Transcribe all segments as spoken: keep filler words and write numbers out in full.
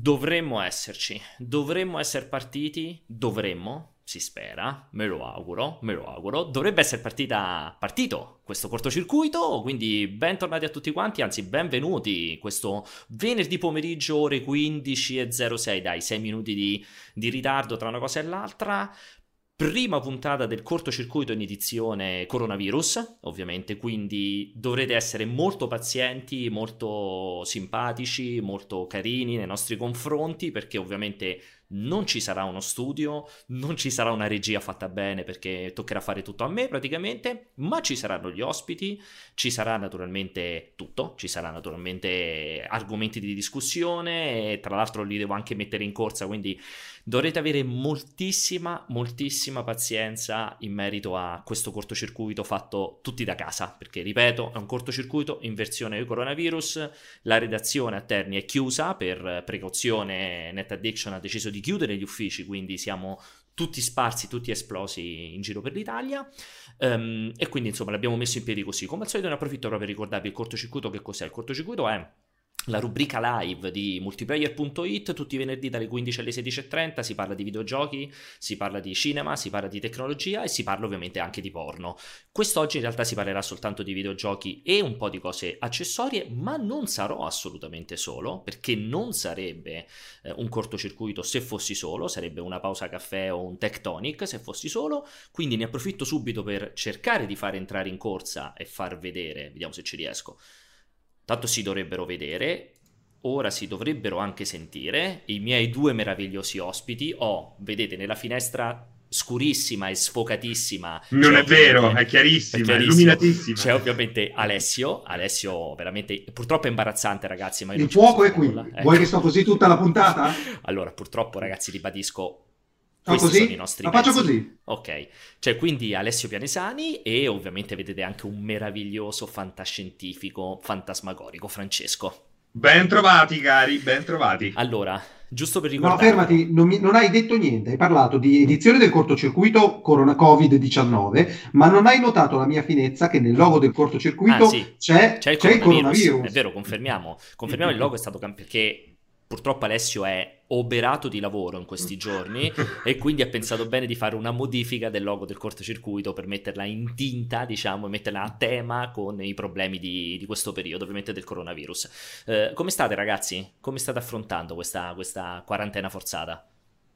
Dovremmo esserci, dovremmo essere partiti, dovremmo, si spera, me lo auguro, me lo auguro, dovrebbe essere partita, partito questo cortocircuito, quindi bentornati a tutti quanti, anzi benvenuti questo venerdì pomeriggio ore quindici e zero sei, dai, sei minuti di, di ritardo tra una cosa e l'altra. Prima puntata del cortocircuito in edizione coronavirus, ovviamente, quindi dovrete essere molto pazienti, molto simpatici, molto carini nei nostri confronti, perché ovviamente non ci sarà uno studio, non ci sarà una regia fatta bene perché toccherà fare tutto a me praticamente, ma ci saranno gli ospiti, ci sarà naturalmente tutto, ci saranno naturalmente argomenti di discussione e tra l'altro li devo anche mettere in corsa, quindi dovrete avere moltissima, moltissima pazienza in merito a questo cortocircuito fatto tutti da casa, perché ripeto, è un cortocircuito in versione coronavirus, la redazione a Terni è chiusa per precauzione, Net Addiction ha deciso di chiudere gli uffici, quindi siamo tutti sparsi, tutti esplosi in giro per l'Italia, um, e quindi insomma l'abbiamo messo in piedi così. Come al solito ne approfitto proprio per ricordarvi il cortocircuito. Che cos'è? Il cortocircuito è la rubrica live di multiplayer punto it, tutti i venerdì dalle quindici alle sedici e trenta, si parla di videogiochi, si parla di cinema, si parla di tecnologia e si parla ovviamente anche di porno. Quest'oggi in realtà si parlerà soltanto di videogiochi e un po' di cose accessorie, ma non sarò assolutamente solo, perché non sarebbe eh, un cortocircuito se fossi solo, sarebbe una pausa caffè o un tectonic se fossi solo, quindi ne approfitto subito per cercare di far entrare in corsa e far vedere, vediamo se ci riesco. Tanto si dovrebbero vedere, ora si dovrebbero anche sentire i miei due meravigliosi ospiti. Ho, vedete, nella finestra scurissima e sfocatissima. Non è vero, è chiarissima, è, è illuminatissima. C'è ovviamente Alessio, Alessio veramente, purtroppo è imbarazzante ragazzi. Ma il fuoco è qui, ecco. Vuoi che sto così tutta la puntata? Allora, purtroppo ragazzi ribadisco, questi così? sono i nostri la faccio pezzi. Così. Ok, c'è quindi Alessio Pianesani e ovviamente vedete anche un meraviglioso fantascientifico fantasmagorico Francesco. Ben trovati cari, ben trovati. Allora, giusto per ricordare... No, fermati, non, mi, non hai detto niente, hai parlato di edizione del cortocircuito corona covid diciannove, ma non hai notato la mia finezza che nel logo del cortocircuito ah, sì. c'è, c'è, il, c'è coronavirus. il coronavirus. È vero, confermiamo. Confermiamo il logo è stato cambiato perché... Purtroppo Alessio è oberato di lavoro in questi giorni e quindi ha pensato bene di fare una modifica del logo del cortocircuito per metterla in tinta, diciamo, e metterla a tema con i problemi di, di questo periodo, ovviamente del coronavirus. Eh, come state ragazzi? Come state affrontando questa, questa quarantena forzata?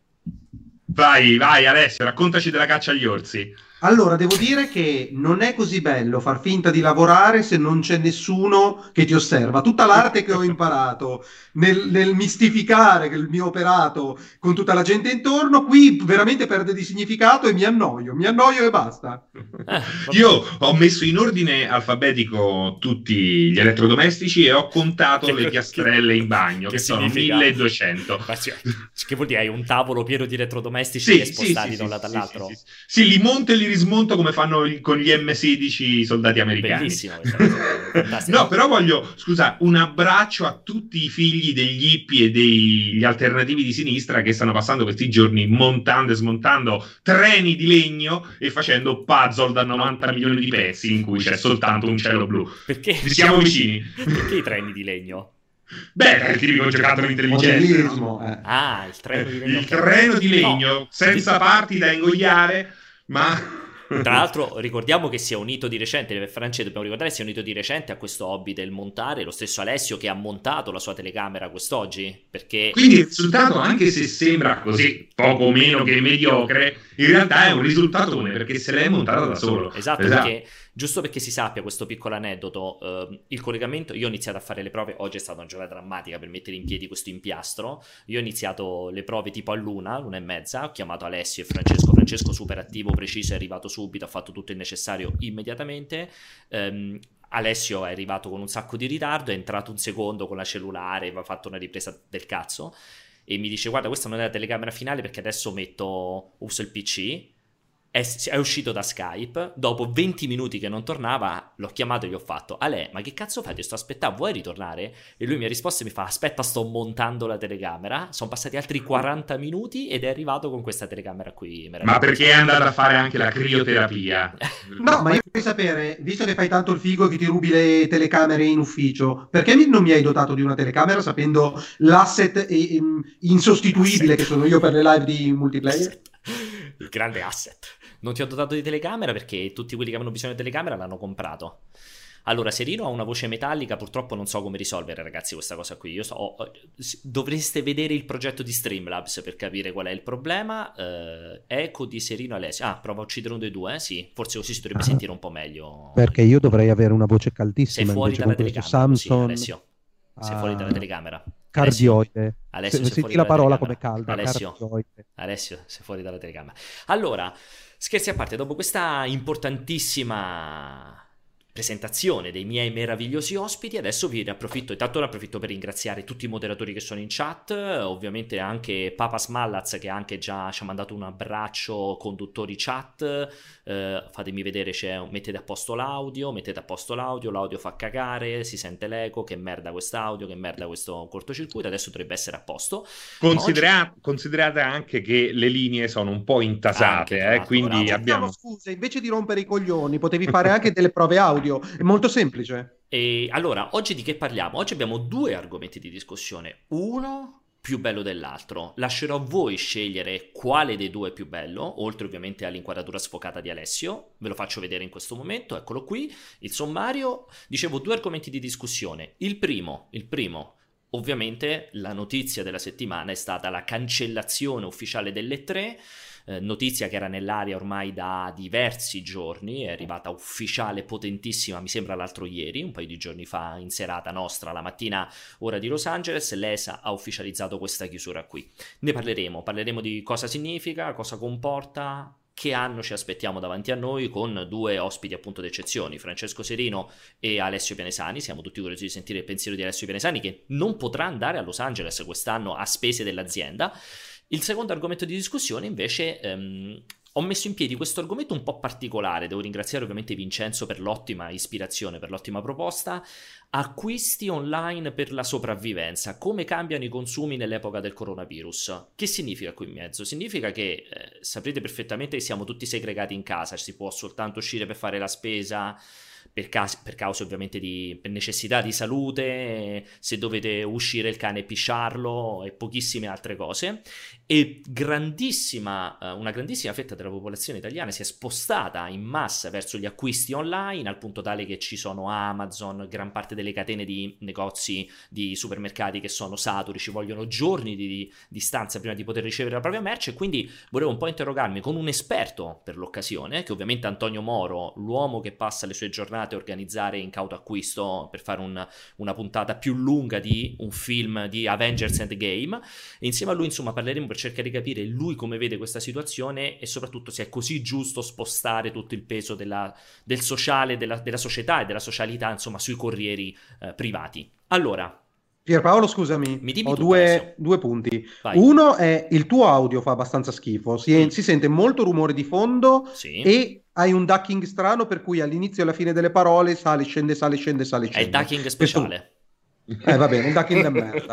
Vai, vai Alessio, raccontaci della caccia agli orsi. Allora, devo dire che non è così bello far finta di lavorare se non c'è nessuno che ti osserva. Tutta l'arte che ho imparato nel, nel mistificare il mio operato con tutta la gente intorno, qui veramente perde di significato e mi annoio, mi annoio e basta. Eh, Io ho messo in ordine alfabetico tutti gli elettrodomestici e ho contato che, le piastrelle che, in bagno, che, che sono milleduecento. Che vuol dire? Hai un tavolo pieno di elettrodomestici sì, che spostati sì, da un sì, lato sì, all'altro? Sì, sì, sì. sì, li monto e li rismonto come fanno con gli emme sedici i soldati americani. Bellissimo. No, però voglio, scusa, un abbraccio a tutti i figli degli hippie e degli alternativi di sinistra che stanno passando questi giorni montando e smontando treni di legno e facendo puzzle da novanta milioni di pezzi in cui c'è soltanto un cielo blu. Perché? Siamo vicini. Perché i treni di legno? Beh, è il tipico giocattolo intelligente. No? Eh. Ah, il treno di legno. Il treno di legno, no, senza parti da ingoiare, ma... Tra l'altro ricordiamo che si è unito di recente, per Francia dobbiamo ricordare, si è unito di recente a questo hobby del montare, lo stesso Alessio che ha montato la sua telecamera quest'oggi, perché... Quindi il risultato, anche se sembra così poco meno che mediocre, in realtà è un risultatone perché se l'è montata da solo. Esatto, esatto. Perché... Giusto perché si sappia questo piccolo aneddoto, eh, il collegamento, io ho iniziato a fare le prove, oggi è stata una giornata drammatica per mettere in piedi questo impiastro, io ho iniziato le prove tipo all'una, l'una e mezza, ho chiamato Alessio e Francesco, Francesco super attivo, preciso, è arrivato subito, ha fatto tutto il necessario immediatamente, ehm, Alessio è arrivato con un sacco di ritardo, è entrato un secondo con la cellulare, aveva fatto una ripresa del cazzo e mi dice guarda questa non è la telecamera finale perché adesso metto, uso il pi ci. È, è uscito da Skype, dopo venti minuti che non tornava, l'ho chiamato e gli ho fatto: Ale, ma che cazzo fai? Ti sto aspettando, vuoi ritornare? E lui mi ha risposto e mi fa: aspetta, sto montando la telecamera. Sono passati altri quaranta minuti ed è arrivato con questa telecamera qui. Ma perché è andato a fare anche la crioterapia? No, ma io vorrei sapere, visto che fai tanto il figo che ti rubi le telecamere in ufficio, perché non mi hai dotato di una telecamera sapendo l'asset insostituibile che sono io per le live di multiplayer? Asset. Il grande asset. Non ti ho dotato di telecamera perché tutti quelli che avevano bisogno di telecamera l'hanno comprato. Allora, Serino ha una voce metallica, purtroppo non so come risolvere, ragazzi, questa cosa qui. Io so, oh, dovreste vedere il progetto di Streamlabs per capire qual è il problema. Uh, eco di Serino Alessio. Ah, prova a uccidere uno dei due, eh? Sì, forse così si dovrebbe sentire un po' meglio. Perché io dovrei avere una voce caldissima. Sei fuori dalla telecamera, Samson... sì, Alessio. Sei fuori dalla telecamera. Cardioide. Alessio, Se, senti la parola come calda. Alessio, Alessio, sei fuori dalla telecamera. Allora, scherzi a parte, dopo questa importantissima presentazione dei miei meravigliosi ospiti, adesso vi ne approfitto, intanto ne approfitto per ringraziare tutti i moderatori che sono in chat, ovviamente anche Papa Smallaz che anche già ci ha mandato un abbraccio, conduttori chat, eh, fatemi vedere, c'è, mettete a posto l'audio, mettete a posto l'audio, l'audio fa cagare, si sente l'eco, che merda quest'audio, che merda questo cortocircuito, adesso dovrebbe essere a posto. Considera- oggi... Considerate anche che le linee sono un po' intasate, anche, eh, quindi bravo. abbiamo... Scusa, invece di rompere i coglioni potevi fare anche delle prove audio. È molto semplice. E allora, oggi di che parliamo? Oggi abbiamo due argomenti di discussione. Uno più bello dell'altro. Lascerò a voi scegliere quale dei due è più bello, oltre ovviamente all'inquadratura sfocata di Alessio. Ve lo faccio vedere in questo momento, eccolo qui, il sommario. Dicevo, due argomenti di discussione. Il primo, il primo, ovviamente la notizia della settimana è stata la cancellazione ufficiale delle tre. Eh, notizia che era nell'aria ormai da diversi giorni, è arrivata ufficiale, potentissima, mi sembra l'altro ieri, un paio di giorni fa, in serata nostra, la mattina ora di Los Angeles, l'E S A ha ufficializzato questa chiusura qui. Ne parleremo, parleremo di cosa significa, cosa comporta, che anno ci aspettiamo davanti a noi, con due ospiti appunto d'eccezione, Francesco Serino e Alessio Pianesani. Siamo tutti curiosi di sentire il pensiero di Alessio Pianesani, che non potrà andare a Los Angeles quest'anno a spese dell'azienda. Il secondo argomento di discussione invece, ehm, ho messo in piedi questo argomento un po' particolare, devo ringraziare ovviamente Vincenzo per l'ottima ispirazione, per l'ottima proposta. Acquisti online per la sopravvivenza, come cambiano i consumi nell'epoca del coronavirus. Che significa qui in mezzo? Significa che eh, saprete perfettamente che siamo tutti segregati in casa, si può soltanto uscire per fare la spesa, per, cas- per cause ovviamente di per necessità di salute, se dovete uscire il cane e pisciarlo e pochissime altre cose, e grandissima, uh, una grandissima fetta della popolazione italiana si è spostata in massa verso gli acquisti online, al punto tale che ci sono Amazon, gran parte delle catene di negozi di supermercati che sono saturi, ci vogliono giorni di distanza prima di poter ricevere la propria merce. Quindi volevo un po' interrogarmi con un esperto per l'occasione, che ovviamente è Antonio Moro, l'uomo che passa le sue giornate a organizzare in cauto acquisto per fare un, una puntata più lunga di un film di Avengers Endgame, e insieme a lui insomma parleremo per cercare di capire lui come vede questa situazione e soprattutto se è così giusto spostare tutto il peso della, del sociale, della, della società e della socialità insomma sui corrieri eh, privati. Allora Pierpaolo, scusami, mi dimmi ho tu, due, due punti. Vai. Uno è il tuo audio fa abbastanza schifo, si, Mm. si sente molto rumore di fondo sì. e hai un ducking strano per cui all'inizio e alla fine delle parole sale, scende, sale, scende, sale, È scende. il ducking speciale. Eh va bene, un ducking da merda.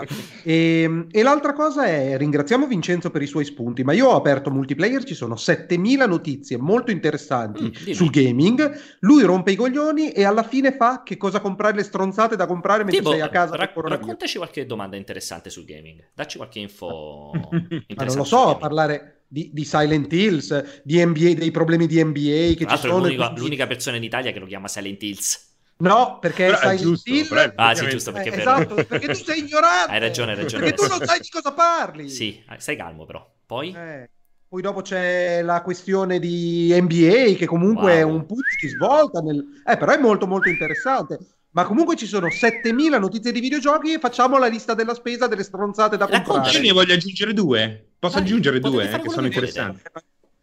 E, e l'altra cosa è, ringraziamo Vincenzo per i suoi spunti, ma io ho aperto Multiplayer, ci sono settemila notizie molto interessanti Mm, sul gaming, lui rompe i coglioni e alla fine fa che cosa comprare, le stronzate da comprare mentre Tipo, sei a casa. rac- per coronavirus. raccontaci qualche domanda interessante sul gaming, dacci qualche info Ma interessante. non lo sul so, gaming. parlare di, di Silent Hills, di N B A, dei problemi di N B A che Tra ci l'altro sono. è e l'unica, quindi- l'unica persona in Italia che lo chiama Silent Hills. No, perché Però è Silent giusto, Hill... però è- Ah sì, giusto, perché Eh, è vero. esatto, perché tu sei ignorante. Hai ragione, hai ragione. Perché tu non sai di cosa parli. Sì, stai calmo però. Poi? Eh, poi dopo c'è la questione di N B A che comunque Wow. è un punto di svolta nel... eh, però è molto molto interessante. Ma comunque ci sono settemila notizie di videogiochi e facciamo la lista della spesa delle stronzate da Raccontaci. comprare. Io ne voglio aggiungere due. Posso Vai, aggiungere potete due fare eh, che quello sono che volete. interessanti?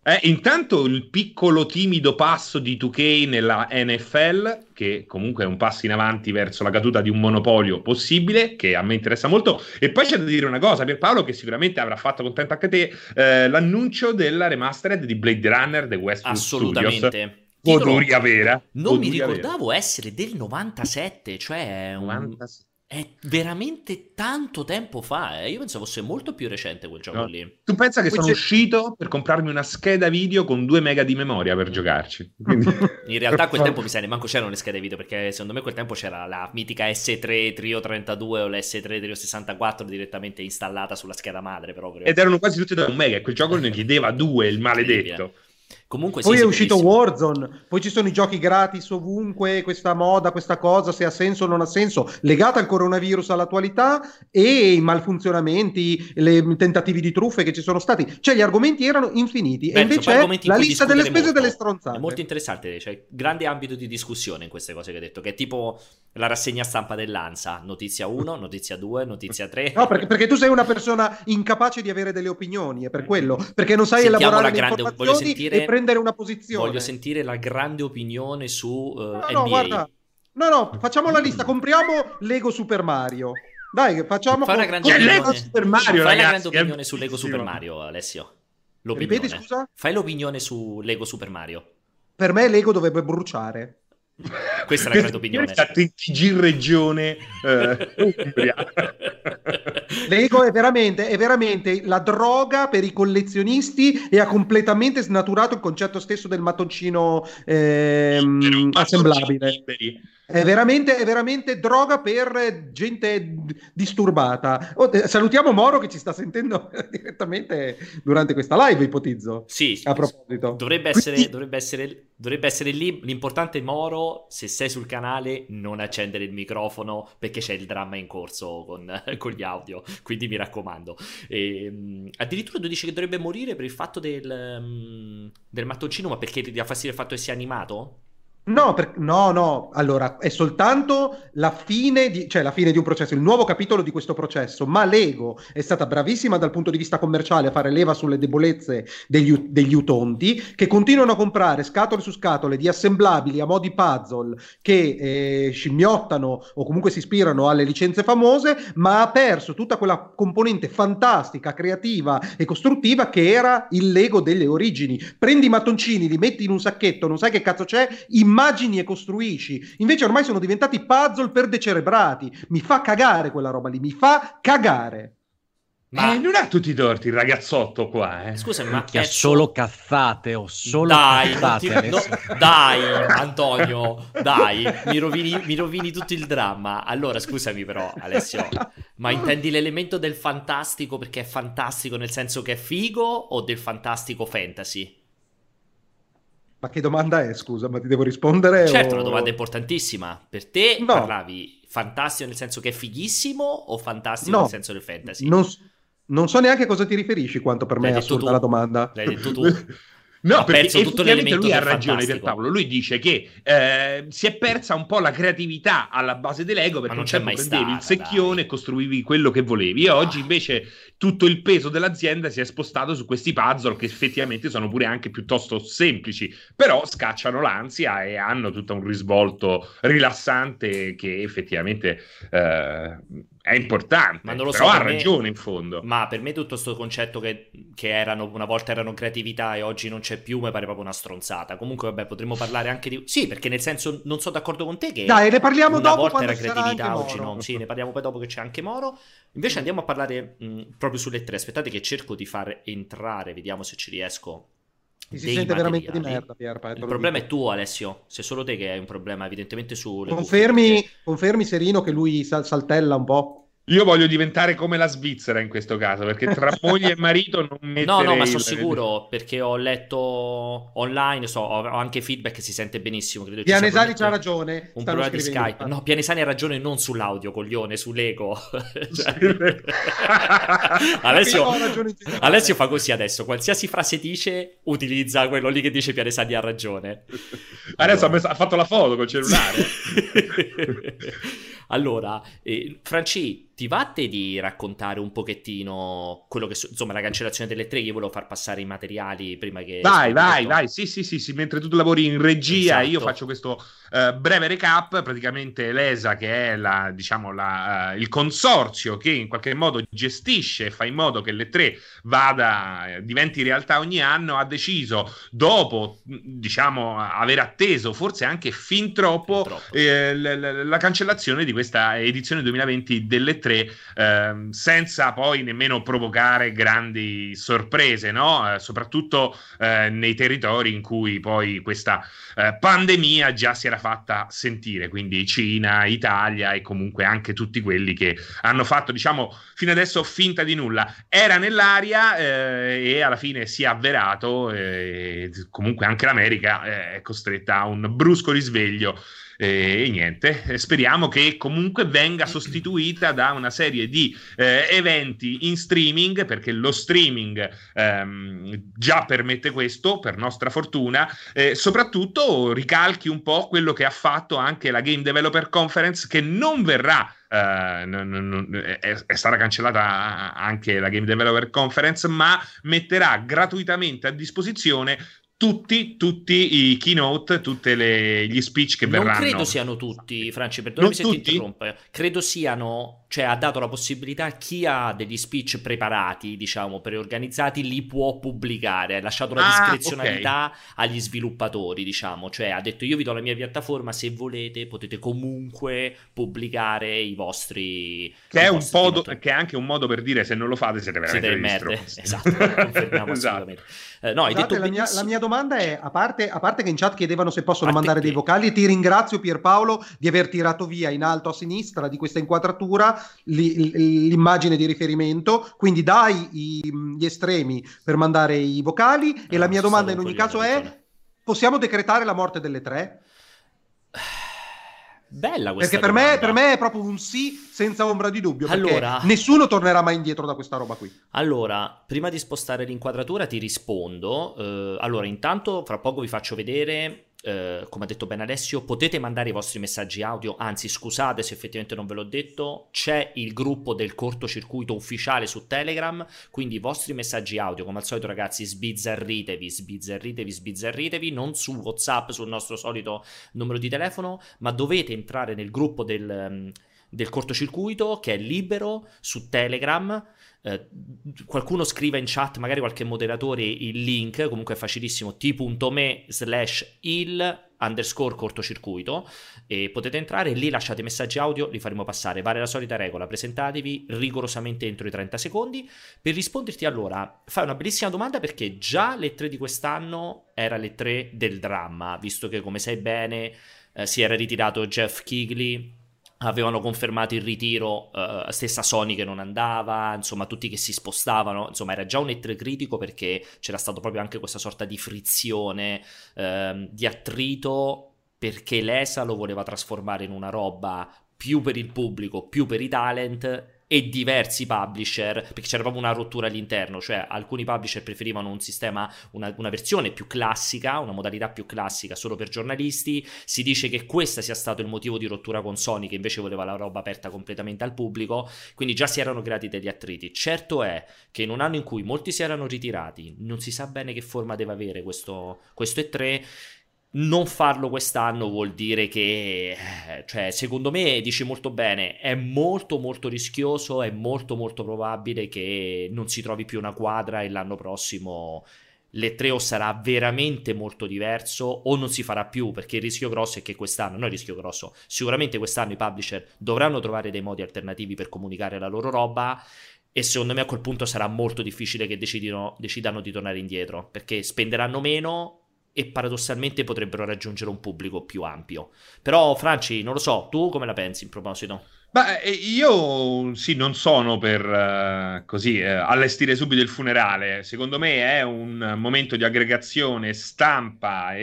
Eh, intanto il piccolo timido passo di due K nella N F L, che comunque è un passo in avanti verso la caduta di un monopolio possibile, che a me interessa molto. E poi c'è da dire una cosa, Pierpaolo, che sicuramente avrà fatto contento anche te, eh, l'annuncio della remastered di Blade Runner The Westwood Assolutamente. Studios. Goduria vera. Non mi Goduria ricordavo vera. essere del novantasette, cioè è un... novantasette. È veramente tanto tempo fa, eh. Io pensavo fosse molto più recente quel gioco No. lì. Tu pensa che Poi sono c'è- uscito per comprarmi una scheda video con due mega di memoria per giocarci. Quindi... In realtà a quel tempo mi sa neanche c'erano le schede video, perché secondo me a quel tempo c'era la mitica S tre Trio trentadue o la S tre Trio sessantaquattro direttamente installata sulla scheda madre proprio. Ed erano quasi tutte da un mega, e quel gioco ne chiedeva due, il maledetto. Comunque Poi sì, è sì, uscito bellissimo. Warzone, poi ci sono i giochi gratis ovunque, questa moda, questa cosa, se ha senso o non ha senso, legata al coronavirus, all'attualità e i malfunzionamenti, i tentativi di truffe che ci sono stati. Cioè gli argomenti erano infiniti. Beh, e invece sono argomenti in la cui lista delle discutere spese e molto. delle stronzate. È molto interessante, c'è grande ambito di discussione in queste cose che hai detto, che è tipo la rassegna stampa dell'ANSA, notizia uno, notizia due, notizia tre. No, perché, perché tu sei una persona incapace di avere delle opinioni, è per quello, perché non sai Sentiamo elaborare la le grande- informazioni voglio sentire- e prendere una posizione. Voglio sentire la grande opinione su uh, No, N B A. no, guarda, no, no, facciamo la lista, compriamo Lego Super Mario. Dai, facciamo Fai una con- grande C'è opinione. Lego Super Mario, Fai ragazzi, la grande è opinione su Lego bellissimo. Super Mario, Alessio. L'opinione. Ripeti, scusa? Fai l'opinione su Lego Super Mario. Per me Lego dovrebbe bruciare. Questa è la grande opinione. Sta T G in regione eh, Umbria. Lego è veramente, è veramente la droga per i collezionisti e ha completamente snaturato il concetto stesso del mattoncino ehm, assemblabile. Liberi. È veramente, è veramente droga per gente disturbata. Oh, eh, salutiamo Moro che ci sta sentendo direttamente durante questa live, ipotizzo. Sì, A proposito. dovrebbe essere, Quindi- dovrebbe essere, dovrebbe essere lì. L'importante, Moro, se sei sul canale, non accendere il microfono perché c'è il dramma in corso con, con gli audio. Quindi mi raccomando. E, mh, addirittura tu dici che dovrebbe morire per il fatto del, mh, del mattoncino, ma perché ti dà fastidio il fatto che sia animato? No, per- no, no, allora è soltanto la fine di, cioè la fine di un processo, il nuovo capitolo di questo processo, ma Lego è stata bravissima dal punto di vista commerciale a fare leva sulle debolezze degli, u- degli utonti che continuano a comprare scatole su scatole di assemblabili a mo' di puzzle che eh, scimmiottano o comunque si ispirano alle licenze famose, ma ha perso tutta quella componente fantastica, creativa e costruttiva che era il Lego delle origini. Prendi i mattoncini, li metti in un sacchetto, non sai che cazzo c'è, immagini e costruisci. Invece ormai sono diventati puzzle per decerebrati. Mi fa cagare quella roba lì, mi fa cagare. Ma Eh, non ha tutti i torti il ragazzotto qua, eh. scusami, ma Minchia, è solo cazzate, ho solo dai, non cazzate ti- adesso. no, dai, Antonio, dai, mi rovini, mi rovini tutto il dramma. Allora, scusami però, Alessio, ma intendi l'elemento del fantastico perché è fantastico nel senso che è figo o del fantastico fantasy? Ma che domanda è, scusa, ma ti devo rispondere? Certo, o- una domanda importantissima. Per te No. parlavi fantastico nel senso che è fighissimo o fantastico No, nel senso del fantasy? non, s- non so neanche a cosa ti riferisci, quanto per me L'hai è detto assurda tu. la domanda. L'hai detto tu. No, Ha perché perso tutto effettivamente l'elemento lui ha del ragione fantastico. Pierpaolo. Lui dice che eh, si è persa un po' la creatività alla base di Lego, perché non un c'è tempo mai prendevi il stata, secchione dai. e costruivi quello che volevi, e oggi Ah. invece tutto il peso dell'azienda si è spostato su questi puzzle che effettivamente sono pure anche piuttosto semplici, però scacciano l'ansia e hanno tutto un risvolto rilassante che effettivamente eh, è importante. Ma non lo so, però ha per me- ragione in fondo. Ma per me tutto questo concetto che, che erano una volta erano creatività e oggi non c'è più mi pare proprio una stronzata. Comunque vabbè, potremmo parlare anche di... Sì, perché nel senso non sono d'accordo con te che Dai, ne parliamo una dopo volta quando era ci sarà creatività, anche oggi Moro. no. Sì, ne parliamo poi dopo che c'è anche Moro. Invece andiamo a parlare mh, proprio sulle tre. Aspettate che cerco di far entrare, vediamo se ci riesco. Ti si dei sente veramente di materiali. merda, Pierpa, eh, te Il lo problema dico. è tuo, Alessio. Se solo te che hai un problema evidentemente sulle cuffie, Confermi, perché- confermi, Serino, che lui sal- saltella un po'? Io voglio diventare come la Svizzera in questo caso, perché tra moglie e marito non metterei... No, no, ma sono il- sicuro perché ho letto online, so, ho ho anche feedback, si sente benissimo. Credo ci sia Pianesani c'ha probabilmente ragione. un stanno problema di scrivendo, Skype. infatti. No, Pianesani ha ragione non sull'audio, coglione, su Lego. Cioè- Alessio, Io ho ragione in generale. Alessio fa così adesso, qualsiasi frase dice, utilizza quello lì che dice Pianesani ha ragione. Adesso ha, messo- ha fatto la foto col cellulare. Allora, eh, Franci, Ti va a te di raccontare un pochettino quello che, insomma, la cancellazione delle tre? Io volevo far passare i materiali prima che... Vai, vai, tutto. vai, sì, sì, sì, sì, mentre tu lavori in regia, esatto. Io faccio questo uh, breve recap. Praticamente l'E S A, che è la, diciamo, la, uh, il consorzio che in qualche modo gestisce e fa in modo che le tre vada, diventi realtà ogni anno, ha deciso, dopo, diciamo, aver atteso, forse anche fin troppo, fin troppo. Eh, la, la, la cancellazione di questa edizione duemilaventi delle tre, eh, senza poi nemmeno provocare grandi sorprese, no? Eh, soprattutto eh, nei territori in cui poi questa eh, pandemia già si era fatta sentire, quindi Cina, Italia e comunque anche tutti quelli che hanno fatto, diciamo, fino adesso finta di nulla. Era nell'aria eh, e alla fine si è avverato, eh, comunque anche l'America eh, è costretta a un brusco risveglio. E niente, speriamo che comunque venga sostituita da una serie di eh, eventi in streaming, perché lo streaming ehm, già permette questo, per nostra fortuna. Eh, soprattutto ricalchi un po' quello che ha fatto anche la Game Developer Conference, che non verrà. Uh, non, non, è, è stata cancellata anche la Game Developer Conference, ma metterà gratuitamente a disposizione tutti, tutti i keynote, tutti gli speech che non verranno. Non credo siano tutti, Franci, perdonami se tutti? ti interrompo. Credo siano, cioè ha dato la possibilità a chi ha degli speech preparati, diciamo, preorganizzati, li può pubblicare, ha lasciato la ah, discrezionalità okay. agli sviluppatori, diciamo, cioè ha detto io vi do la mia piattaforma, se volete potete comunque pubblicare i vostri... Che, i è, vostri un po do, che è anche un modo per dire se non lo fate siete veramente siete merde, esatto, confermiamo assolutamente. Eh, no, hai Scusate, detto la, mia, la mia domanda è, a parte, a parte che in chat chiedevano se possono parte mandare che... dei vocali, ti ringrazio Pierpaolo di aver tirato via in alto a sinistra di questa inquadratura li, l'immagine di riferimento, quindi dai i, gli estremi per mandare i vocali e no, la mia domanda in ogni coglione, caso è, possiamo decretare la morte delle tre? Bella questa perché per me, per me è proprio un sì senza ombra di dubbio, allora, perché nessuno tornerà mai indietro da questa roba qui. Allora, prima di spostare l'inquadratura ti rispondo. Uh, allora, intanto fra poco vi faccio vedere, uh, come ha detto bene Alessio, potete mandare i vostri messaggi audio, anzi scusate se effettivamente non ve l'ho detto, c'è il gruppo del cortocircuito ufficiale su Telegram, quindi i vostri messaggi audio, come al solito ragazzi, sbizzarritevi, sbizzarritevi, sbizzarritevi, non su WhatsApp, sul nostro solito numero di telefono, ma dovete entrare nel gruppo del... Um, del cortocircuito, che è libero su Telegram. Eh, qualcuno scrive in chat, magari qualche moderatore, il link, comunque è facilissimo, t.me slash il underscore cortocircuito, e potete entrare lì, lasciate messaggi audio, li faremo passare. Vale la solita regola, presentatevi rigorosamente entro i trenta secondi. Per risponderti, allora, fai una bellissima domanda, perché già le tre di quest'anno era le tre del dramma, visto che, come sai bene, eh, si era ritirato Jeff Keighley, avevano confermato il ritiro, uh, stessa Sony che non andava, insomma tutti che si spostavano, insomma era già un E tre critico, perché c'era stato proprio anche questa sorta di frizione, uh, di attrito, perché l'E S A lo voleva trasformare in una roba più per il pubblico, più per i talent, e diversi publisher, perché c'era proprio una rottura all'interno, cioè alcuni publisher preferivano un sistema, una, una versione più classica, una modalità più classica solo per giornalisti. Si dice che questo sia stato il motivo di rottura con Sony, che invece voleva la roba aperta completamente al pubblico, quindi già si erano creati degli attriti. Certo è che in un anno in cui molti si erano ritirati, non si sa bene che forma deve avere questo, questo E tre, non farlo quest'anno vuol dire che, cioè, secondo me, dici molto bene, è molto molto rischioso, è molto molto probabile che non si trovi più una quadra e l'anno prossimo l'E tre o sarà veramente molto diverso o non si farà più, perché il rischio grosso è che quest'anno, no il rischio grosso, sicuramente quest'anno i publisher dovranno trovare dei modi alternativi per comunicare la loro roba, e secondo me a quel punto sarà molto difficile che decidino, decidano di tornare indietro, perché spenderanno meno e paradossalmente potrebbero raggiungere un pubblico più ampio. Però Franci, non lo so, tu come la pensi in proposito? Beh, io sì, non sono per uh, così uh, allestire subito il funerale. Secondo me è un momento di aggregazione stampa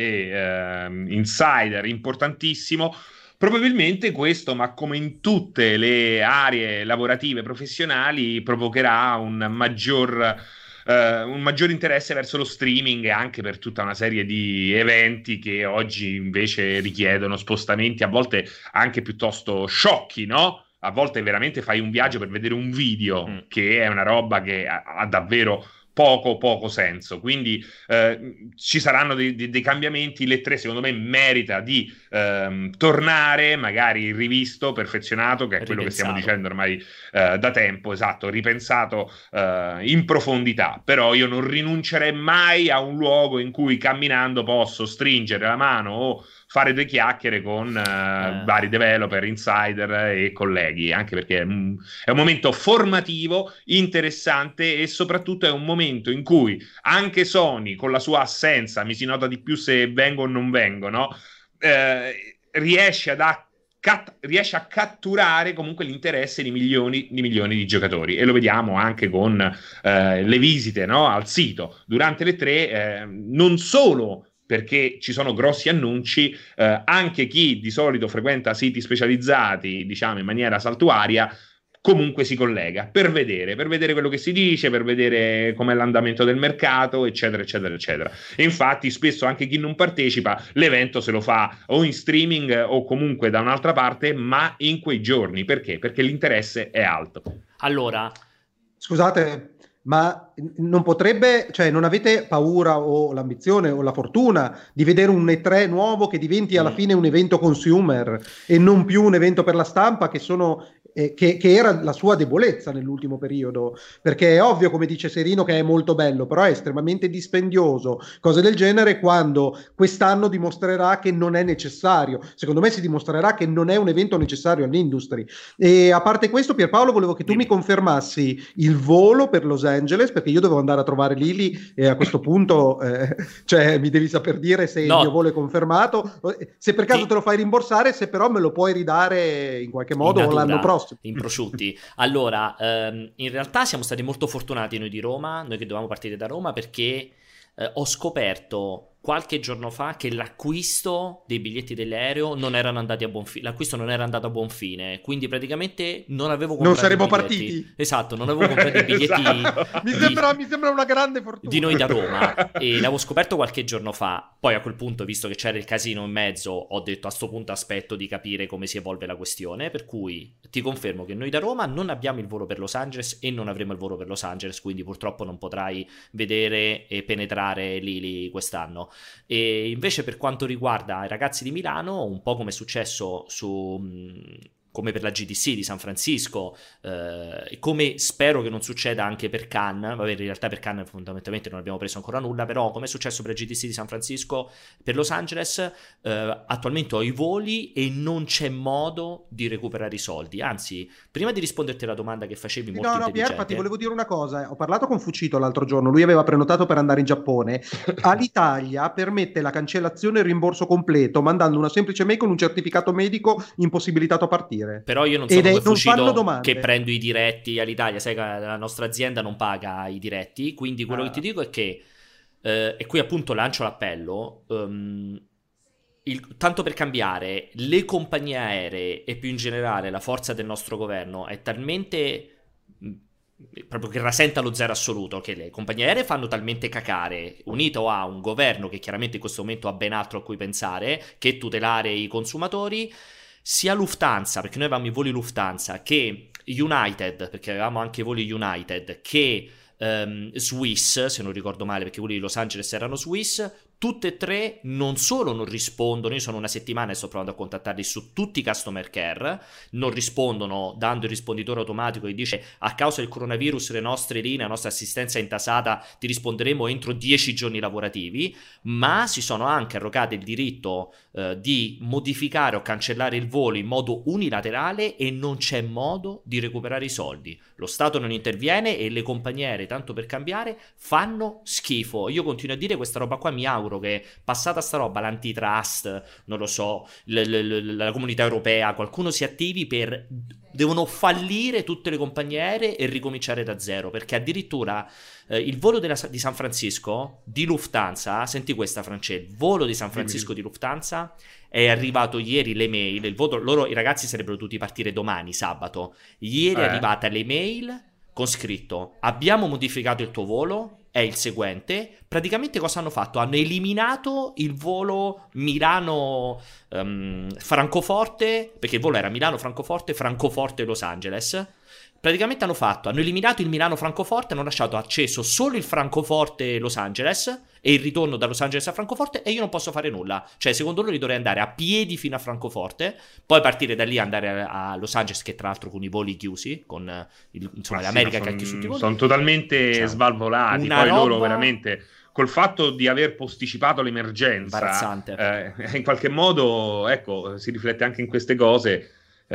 e uh, insider importantissimo. Probabilmente questo, ma come in tutte le aree lavorative professionali, provocherà un maggior Uh, un maggior interesse verso lo streaming, e anche per tutta una serie di eventi che oggi invece richiedono spostamenti a volte anche piuttosto sciocchi, no? a volte veramente fai un viaggio per vedere un video, mm. che è una roba che ha, ha davvero poco poco senso. Quindi eh, ci saranno dei, dei, dei cambiamenti. Le tre secondo me merita di ehm, tornare magari rivisto, perfezionato, che è quello ripensato. Che stiamo dicendo ormai eh, da tempo, esatto, ripensato eh, in profondità. Però io non rinuncerei mai a un luogo in cui camminando posso stringere la mano o fare due chiacchiere con uh, eh. vari developer, insider e colleghi, anche perché è un, è un momento formativo, interessante, e soprattutto è un momento in cui anche Sony, con la sua assenza, mi si nota di più se vengo o non vengo, no? Eh, riesce ad a- cat- riesce a catturare comunque l'interesse di milioni di milioni di giocatori, e lo vediamo anche con eh, le visite, no, al sito durante le tre, eh, non solo perché ci sono grossi annunci, eh, anche chi di solito frequenta siti specializzati, diciamo in maniera saltuaria, comunque si collega per vedere, per vedere quello che si dice, per vedere com'è l'andamento del mercato, eccetera, eccetera, eccetera. E infatti spesso anche chi non partecipa, l'evento se lo fa o in streaming o comunque da un'altra parte, ma in quei giorni. Perché? Perché l'interesse è alto. Allora, scusate, ma non potrebbe, cioè non avete paura o l'ambizione o la fortuna di vedere un E tre nuovo che diventi alla fine un evento consumer e non più un evento per la stampa, che sono eh, che, che era la sua debolezza nell'ultimo periodo? Perché è ovvio, come dice Serino, che è molto bello, però è estremamente dispendioso, cose del genere, quando quest'anno dimostrerà che non è necessario. Secondo me si dimostrerà che non è un evento necessario all'industry. E a parte questo, Pierpaolo, volevo che tu mi confermassi il volo per Los Angeles, perché io devo andare a trovare Lili e a questo punto eh, cioè mi devi saper dire se no. il mio volo è confermato, se per caso sì. te lo fai rimborsare, se però me lo puoi ridare in qualche modo in l'anno prossimo. In prosciutti. Allora, ehm, in realtà siamo stati molto fortunati noi di Roma, noi che dovevamo partire da Roma, perché eh, ho scoperto qualche giorno fa che l'acquisto dei biglietti dell'aereo non erano andati a buon fine, l'acquisto non era andato a buon fine, quindi praticamente non avevo comprato non saremmo i biglietti. partiti. Esatto, non avevo comprato i biglietti esatto. mi, di, sembra, mi sembra una grande fortuna di noi da Roma, e l'avevo scoperto qualche giorno fa. Poi a quel punto, visto che c'era il casino in mezzo, ho detto a sto punto aspetto di capire come si evolve la questione, per cui ti confermo che noi da Roma non abbiamo il volo per Los Angeles e non avremo il volo per Los Angeles, quindi purtroppo non potrai vedere e penetrare Lili quest'anno. E invece per quanto riguarda i ragazzi di Milano, un po' come è successo su come per la G D C di San Francisco, eh, come spero che non succeda anche per Cannes. Vabbè, in realtà per Cannes fondamentalmente non abbiamo preso ancora nulla, però come è successo per la G D C di San Francisco, per Los Angeles eh, attualmente ho i voli e non c'è modo di recuperare i soldi. Anzi, prima di risponderti alla domanda che facevi molto no, intelligente... No, Pierpa, ti volevo dire una cosa. Ho parlato con Fucito l'altro giorno, lui aveva prenotato per andare in Giappone. All'Italia permette la cancellazione e il rimborso completo mandando una semplice mail con un certificato medico impossibilitato a partire. Però io non sono come Fucito che prendo i diretti all'Italia, sai che la nostra azienda non paga i diretti, quindi quello ah. che ti dico è che eh, e qui appunto lancio l'appello, um, il, tanto per cambiare, le compagnie aeree e più in generale la forza del nostro governo è talmente proprio che rasenta lo zero assoluto, che le compagnie aeree fanno talmente cacare, unito a un governo che chiaramente in questo momento ha ben altro a cui pensare che tutelare i consumatori. Sia Lufthansa, perché noi avevamo i voli Lufthansa, che United, perché avevamo anche i voli United, che um, Swiss, se non ricordo male, perché quelli di Los Angeles erano Swiss, tutte e tre non solo non rispondono, io sono una settimana e sto provando a contattarli su tutti i customer care, non rispondono dando il risponditore automatico che dice a causa del coronavirus le nostre linee, la nostra assistenza è intasata, ti risponderemo entro dieci giorni lavorativi, ma si sono anche arrogate il diritto eh, di modificare o cancellare il volo in modo unilaterale e non c'è modo di recuperare i soldi. Lo Stato non interviene e le compagnie aeree, tanto per cambiare, fanno schifo. Io continuo a dire questa roba qua, mi auguro che passata sta roba l'antitrust, non lo so, l- l- l- la comunità europea, qualcuno si attivi per... devono fallire tutte le compagnie aeree e ricominciare da zero, perché addirittura eh, il volo della, di San Francisco di Lufthansa, senti questa France, il volo di San Francisco di Lufthansa è arrivato ieri l'email, il volo, loro i ragazzi sarebbero dovuti partire domani sabato, ieri eh. è arrivata l'email con scritto: abbiamo modificato il tuo volo, è il seguente. Praticamente cosa hanno fatto? Hanno eliminato il volo Milano um, Francoforte, perché il volo era Milano Francoforte, Francoforte Los Angeles. Praticamente hanno fatto, hanno eliminato il Milano Francoforte, hanno lasciato acceso solo il Francoforte Los Angeles e il ritorno da Los Angeles a Francoforte, e io non posso fare nulla. Cioè, secondo loro, dovrei andare a piedi fino a Francoforte, poi partire da lì, andare a Los Angeles, che tra l'altro con i voli chiusi, con il, insomma, l'America sì, che ha chiuso tutti i voli. Sono totalmente cioè, svalvolati. Poi roba... loro veramente, col fatto di aver posticipato l'emergenza, eh, in qualche modo, ecco, si riflette anche in queste cose.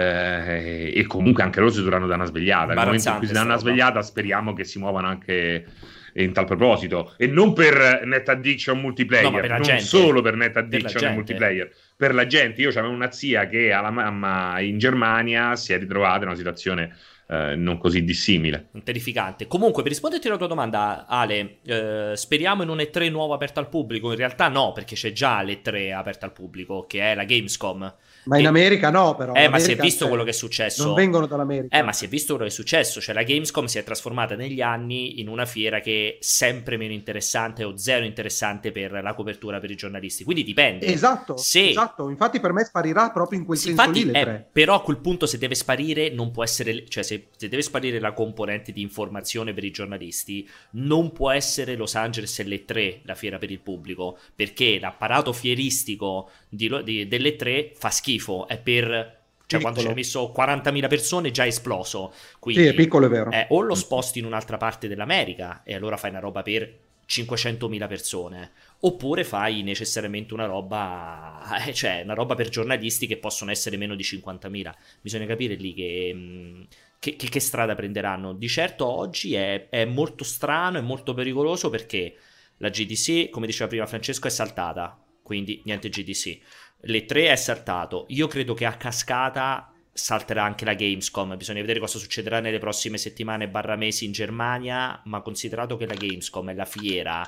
Eh, e comunque anche loro si dovranno dare una svegliata. Nel momento in cui si danno una svegliata, speriamo che si muovano anche in tal proposito, e non per Net Addiction multiplayer, no, per non gente. solo per Net Addiction multiplayer, per la gente. Io avevo una zia che alla mamma in Germania si è ritrovata in una situazione eh, non così dissimile. Terrificante. Comunque, per risponderti alla tua domanda, Ale, eh, speriamo in un E tre nuovo aperto al pubblico. In realtà no, perché c'è già l'E tre aperto al pubblico, che è la Gamescom. Ma in America no, però. Eh, ma si è visto quello che è successo. Non vengono dall'America. Eh, ma si è visto quello che è successo. Cioè, la Gamescom si è trasformata negli anni in una fiera che è sempre meno interessante o zero interessante per la copertura per i giornalisti. Quindi dipende. Esatto, se... esatto. Infatti per me sparirà proprio in quel sì, senso infatti, lì le eh, tre. però a quel punto, se deve sparire, non può essere... Cioè, se, se deve sparire la componente di informazione per i giornalisti, non può essere Los Angeles e l'E tre la fiera per il pubblico, perché l'apparato fieristico di, di, dell'E tre fa schifo. È per... Cioè, quando ci hai messo quarantamila persone, già è esploso. Quindi, sì, è piccolo, è vero. Eh, o lo sposti in un'altra parte dell'America e allora fai una roba per cinquecentomila persone, oppure fai necessariamente una roba, eh, cioè una roba per giornalisti che possono essere meno di cinquantamila. Bisogna capire lì che, che, che, che strada prenderanno. Di certo oggi è, è molto strano e molto pericoloso, perché la G D C, come diceva prima Francesco, è saltata, quindi niente G D C. L'E tre è saltato. Io credo che a cascata salterà anche la Gamescom. Bisogna vedere cosa succederà nelle prossime settimane barra mesi in Germania, ma considerato che la Gamescom è la fiera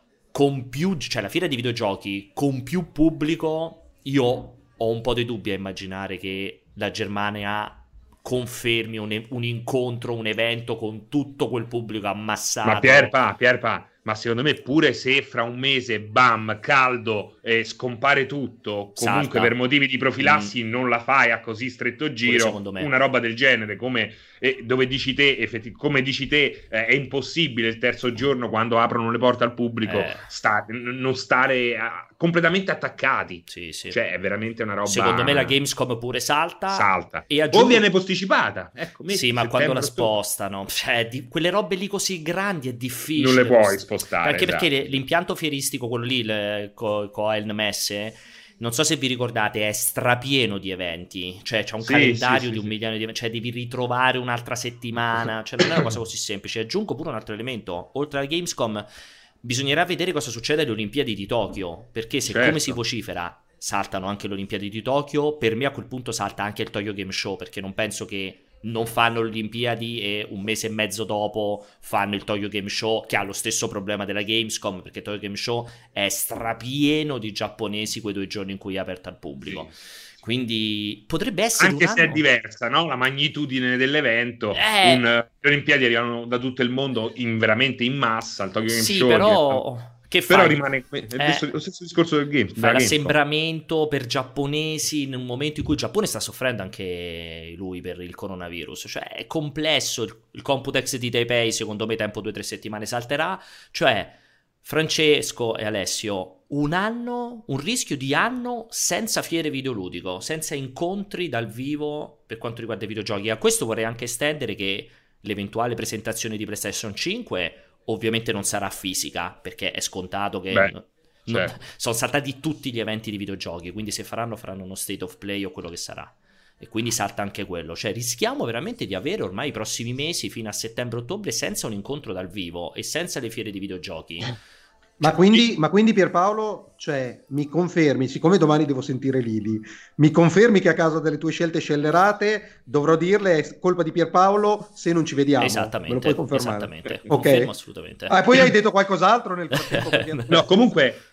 con più, cioè la fiera di videogiochi con più pubblico, io ho un po' di dubbi a immaginare che la Germania confermi un, un incontro, un evento con tutto quel pubblico ammassato. Ma Pierpa, Pierpa, ma secondo me pure se fra un mese, bam, caldo, e scompare tutto, comunque Salta. Per motivi di profilassi mm. non la fai a così stretto giro, una roba del genere, come eh, dove dici te, effetti, come dici te, eh, è impossibile il terzo giorno, quando aprono le porte al pubblico, eh. sta, n- non stare a, completamente attaccati. Sì, sì. Cioè è veramente una roba... Secondo me la Gamescom pure salta. Salta. E aggiungo... O viene posticipata. Ecco, sì, ma quando la spostano, cioè, di... quelle robe lì così grandi è difficile. Non le puoi spostare. Anche esatto. perché l'impianto fieristico, quello lì, le, co, co N M S, non so se vi ricordate, è strapieno di eventi. Cioè c'è un sì, calendario sì, di sì, un milione di eventi. Cioè devi ritrovare un'altra settimana. Cioè non è una cosa così semplice. Aggiungo pure un altro elemento. Oltre alla Gamescom, bisognerà vedere cosa succede alle Olimpiadi di Tokyo. Perché se, certo. come si vocifera, saltano anche le Olimpiadi di Tokyo, per me a quel punto salta anche il Tokyo Game Show, perché non penso che non fanno le Olimpiadi e un mese e mezzo dopo fanno il Tokyo Game Show, che ha lo stesso problema della Gamescom, perché il Tokyo Game Show è strapieno di giapponesi quei due giorni in cui è aperto al pubblico. Sì. Quindi potrebbe essere anche un se anno... è diversa, no? La magnitudine dell'evento. Eh... Un, le Olimpiadi arrivano da tutto il mondo in, veramente in massa. Il Tokyo Game sì, Show però... Che però fai? rimane è eh, lo stesso discorso del game. Fa l'assembramento per giapponesi in un momento in cui il Giappone sta soffrendo anche lui per il coronavirus. Cioè è complesso. Il, il Computex di Taipei secondo me tempo due o tre settimane salterà. Cioè Francesco e Alessio, un anno, un rischio di anno senza fiere videoludico, senza incontri dal vivo per quanto riguarda i videogiochi. A questo vorrei anche estendere che l'eventuale presentazione di PlayStation cinque ovviamente non sarà fisica, perché è scontato che Beh, non, certo. sono saltati tutti gli eventi di videogiochi, quindi se faranno faranno uno state of play o quello che sarà, e quindi salta anche quello. Cioè rischiamo veramente di avere ormai i prossimi mesi fino a settembre-ottobre senza un incontro dal vivo e senza le fiere di videogiochi. Ma quindi, ma quindi Pierpaolo, cioè, mi confermi, siccome domani devo sentire Lili, mi confermi che a causa delle tue scelte scellerate dovrò dirle è colpa di Pierpaolo se non ci vediamo? Esattamente, me lo puoi confermare? esattamente. Okay. Confermo assolutamente. Ah, poi hai detto qualcos'altro nel frattempo? No, comunque